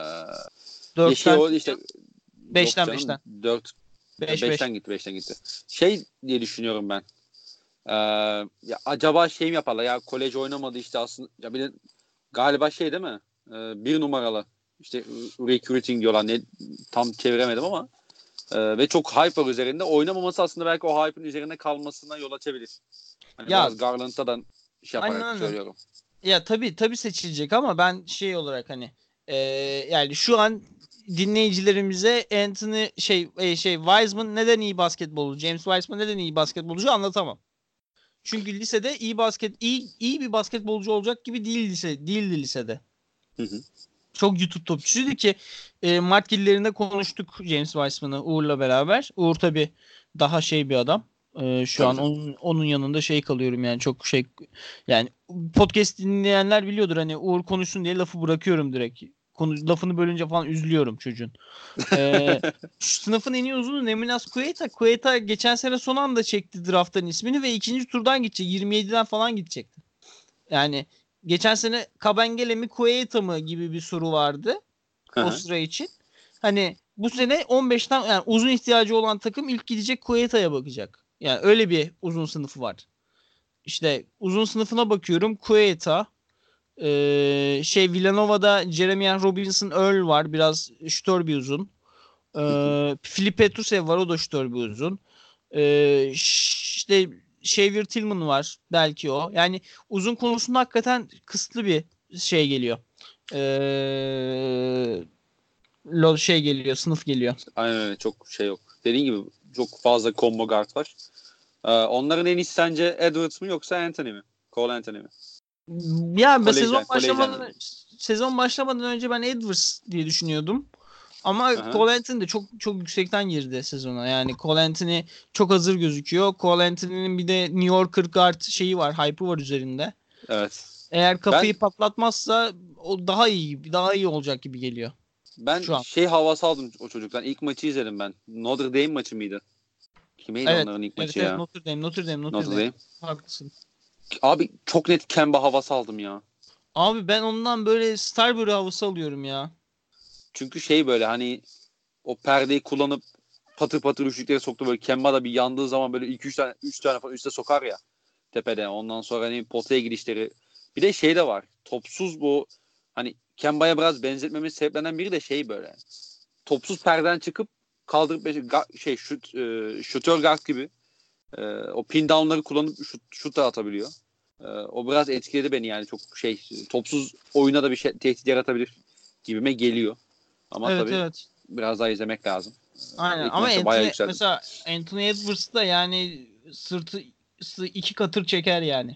ya şey Dörtten o işte yok beşten canım beşten dört beş beş. beşten gitti beşten gitti. Şey diye düşünüyorum ben. E, ya acaba şey mi yaparlar ya kolej oynamadı işte aslında ya bir de galiba şey değil mi? E, bir numaralı işte recruiting diyorlar ne tam çeviremedim ama e, ve çok hype var üzerinde oynamaması aslında belki o hype'ın üzerinde kalmasına yol açabilir. Hani Ya biraz Garland'da da şey aynen yaparak aynen. söylüyorum. Ya tabii tabii seçilecek ama ben şey olarak hani e, yani şu an dinleyicilerimize Anthony şey e, şey Wiseman neden iyi basketbolcu, James Wiseman neden iyi basketbolcu anlatamam. Çünkü lisede iyi basket iyi iyi bir basketbolcu olacak gibi değil lise değildi lisede. Hı hı. Çok YouTube topçusuydu ki e, Mart Giller'inde konuştuk James Wiseman'ı Uğur'la beraber. Uğur tabii daha şey bir adam. E, şu Tabii an tabii. onun onun yanında şey kalıyorum yani çok şey yani podcast dinleyenler biliyordur hani Uğur konuşsun diye lafı bırakıyorum direkt. Konu, lafını bölünce falan üzülüyorum çocuğun. E, şu sınıfın en iyi uzunu Nemilas Queta. Queta geçen sene son anda çekti draft'tan ismini ve ikinci turdan gidecek. yirmi yediden falan gidecekti. Yani geçen sene Kabengele mi Queta mı gibi bir soru vardı Hı o hı. sıra için. Hani bu sene on beşten yani uzun ihtiyacı olan takım ilk gidecek Queta'ya bakacak. Yani öyle bir uzun sınıfı var. İşte uzun sınıfına bakıyorum. Queta, ee, şey Villanova'da Jeremiah Robinson Earl var. Biraz şütör bir uzun. Hı hı. Ee, Filip Petrusev var. O da şütör bir uzun. Ee, işte Xavier Tillman var. Belki o. Yani uzun konusunda hakikaten kısıtlı bir şey geliyor. Ee, lo şey geliyor. Sınıf geliyor. Aynen öyle çok şey yok. Dediğin gibi çok fazla combo guard var. Ee, onların en iyisi sence Edwards mı yoksa Anthony mi? Cole Anthony mi? Ya ben sezon Kolejden, kolejden. başlamadan sezon başlamadan önce ben Edwards diye düşünüyordum. Ama Aha. Cole Anthony de çok çok yüksekten girdi sezona. Yani Cole Anthony çok hazır gözüküyor. Cole Anthony'nin bir de New Yorker guard şeyi var, hype'ı var üzerinde. Evet. Eğer kafayı Ben patlatmazsa o daha iyi daha iyi olacak gibi geliyor. Ben Şu an. şey havası aldım o çocuktan. İlk maçı izledim ben. Notre Dame maçı mıydı? Kimeydi Evet. onların ilk Evet, maçı evet ya? Notre Dame, Notre Dame, Notre, Notre Dame. Dame. Haklısın. Abi çok net Kemba havası aldım ya. Abi ben ondan böyle Starbury havası alıyorum ya. Çünkü şey böyle hani o perdeyi kullanıp patır patır üçlükleri soktu, böyle Kemba da bir yandığı zaman böyle iki üç tane üç tane falan üste sokar ya tepede. Ondan sonra hani potaya gidişleri. Bir de şey de var. Topsuz bu hani Kemba'ya biraz benzetmemin sebeplerinden biri de şey böyle. Topsuz perdeden çıkıp kaldırıp ga- şey şut e, şutör guard gibi e, o pin down'ları kullanıp şut, şut da atabiliyor. E, o biraz etkiledi beni yani, çok şey topsuz oyuna da bir şey tehdit yaratabilir gibime geliyor. Ama Evet, tabii evet. biraz daha izlemek lazım. Aynen İlk ama maçta bayağı Anthony yükseldim. mesela Anthony Edwards da yani sırtı sı- iki katır çeker yani.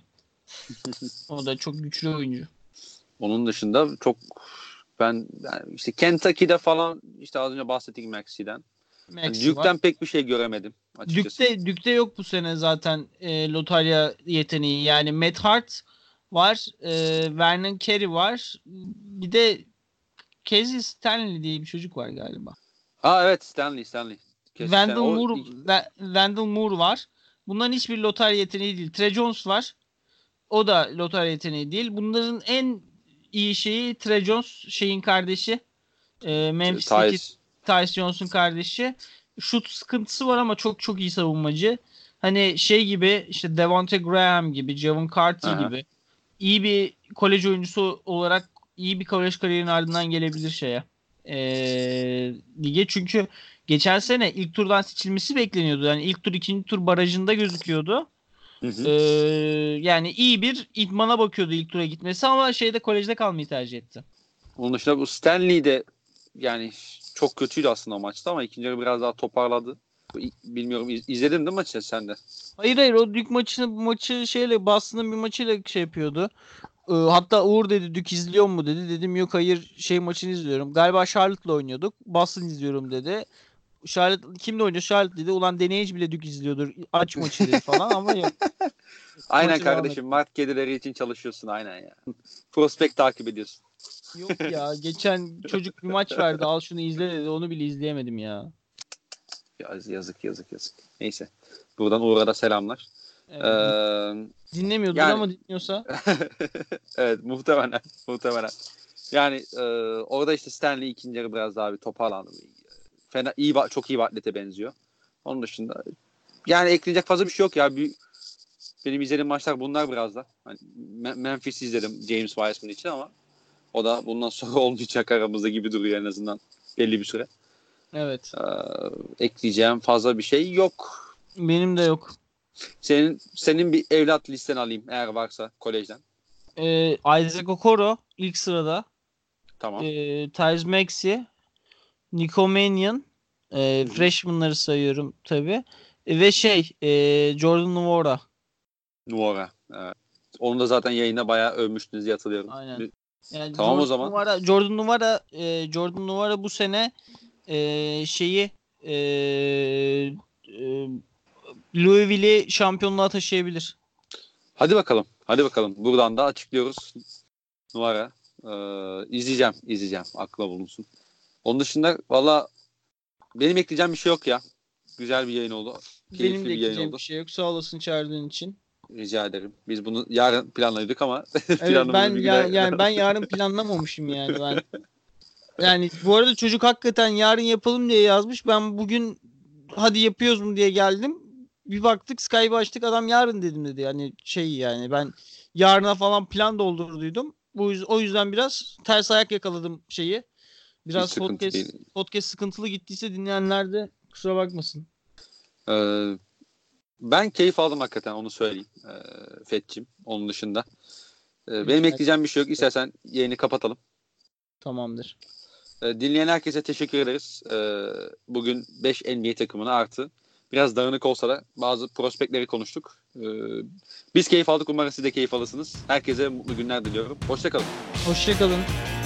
O da çok güçlü oyuncu. Onun dışında çok ben yani işte Kentucky'de falan işte az önce bahsettiğim Maxi'den. Yani Maxi var. Duke'den pek bir şey göremedim açıkçası. Duke'de, Duke'de yok bu sene zaten e, lotarya yeteneği. Yani Matt Hart var. E, Vernon Carey var. Bir de Casey Stanley diye bir çocuk var galiba. Ha evet, Stanley Stanley. Kesin Wendell o Moore, ilk, Ve- Wendell Moore var. Bunların hiçbir lotarya yeteneği değil. Trey Jones var. O da lotarya yeteneği değil. Bunların en iyi şeyi Trey Jones şeyin kardeşi. E, Memphis'teki Tyus. Tyus Jones'un kardeşi. Şut sıkıntısı var ama çok çok iyi savunmacı. Hani şey gibi işte Devonte Graham gibi, Javon Carter Aha. gibi iyi bir kolej oyuncusu olarak iyi bir kolej kariyerinin ardından gelebilir şeye. E, lige çünkü geçen sene ilk turdan seçilmesi bekleniyordu. Yani ilk tur ikinci tur barajında gözüküyordu. Hı hı. Ee, yani iyi bir idmana bakıyordu ilk tura gitmesi ama şeyde kolejde kalmayı tercih etti. Onun dışında bu Stanley de yani çok kötüydü aslında o maçta ama ikinci yarı biraz daha toparladı. Bilmiyorum, iz- izledin değil mi maçı sen de? Hayır hayır o Dük maçını maçı şeyle Boston'ın bir maçıyla şey yapıyordu. Ee, hatta Uğur dedi Dük izliyor mu dedi. Dedim yok hayır şey maçını izliyorum. Galiba Charlotte'la oynuyorduk. Boston izliyorum dedi. Charlotte kimle oynuyor? Charlotte dedi. Ulan deneyici bile Dük izliyordur. Aç maçı dedi falan ama yok. Aynen Maça devam kardeşim, etti. Mart kedileri için çalışıyorsun aynen ya. Prospekt takip ediyorsun. Yok ya geçen çocuk bir maç verdi al şunu izle dedi. Onu bile izleyemedim ya. Yaz, yazık yazık yazık. Neyse. Buradan Uğur'a da selamlar. Evet. Ee, Dinlemiyordur yani ama dinliyorsa. evet, muhtemelen muhtemelen. Yani e, orada işte Stanley ikinci yarı biraz daha bir toparlandı. Fena iyi ba- çok iyi bir atlete benziyor. Onun dışında yani ekleyecek fazla bir şey yok ya. Bir, benim izlediğim maçlar bunlar biraz da. Hani Me- Memphis izledim James Wiseman için ama o da bundan sonra olmayacak aramızda gibi duruyor en azından belli bir süre. Evet. Ee, ekleyeceğim fazla bir şey yok. Benim de yok. Senin senin bir evlat listen alayım eğer varsa kolejden. Ee, Isaac Okoro ilk sırada. Tamam. Ee, Tyrese Maxey, Nico Mannion. E, Hı hı. freshman'ları sayıyorum tabii. E, ve şey e, Jordan Nwora. Nuara. Evet. Onu da zaten yayında bayağı övmüştünüz diye hatırlıyorum. Aynen. Bir- Yani Tamam o Jordan zaman. Nwora, Jordan Nwora, e, Jordan Nwora bu sene e, şeyi e, e, Louisville'i şampiyonluğa taşıyabilir. Hadi bakalım. Hadi bakalım. Buradan da açıklıyoruz. Nuara. Ee, izleyeceğim. izleyeceğim. Akla bulunsun. Onun dışında valla benim ekleyeceğim bir şey yok ya. Güzel bir yayın oldu. Benim Keyifli de bir yayın ekleyeceğim bir oldu. şey yok. Sağ olasın çağırdığın için. Rica ederim. Biz bunu yarın planladık ama Evet planımızı ben bir ya, güne... yani ben yarın planlamamışım yani ben. Yani bu arada çocuk hakikaten yarın yapalım diye yazmış. Ben bugün hadi yapıyoruz mu diye geldim. Bir baktık Skype'ı açtık adam yarın dedim dedi. Yani şey yani ben yarına falan plan doldurduydum. Bu yüz- o yüzden biraz ters ayak yakaladım şeyi. Hiç Biraz sıkıntı podcast değil. podcast sıkıntılı gittiyse dinleyenler de kusura bakmasın. Ee, ben keyif aldım hakikaten, onu söyleyeyim. Ee, Fetçim. Onun dışında. Ee, benim Rica ederim. ekleyeceğim bir şey yok. İstersen yayını kapatalım. Tamamdır. Ee, dinleyen herkese teşekkür ederiz. Ee, bugün beş N B A takımını artı biraz dağınık olsa da bazı prospektleri konuştuk. Ee, biz keyif aldık. Umarım siz de keyif alırsınız. Herkese mutlu günler diliyorum. Hoşça kalın. Hoşçakalın.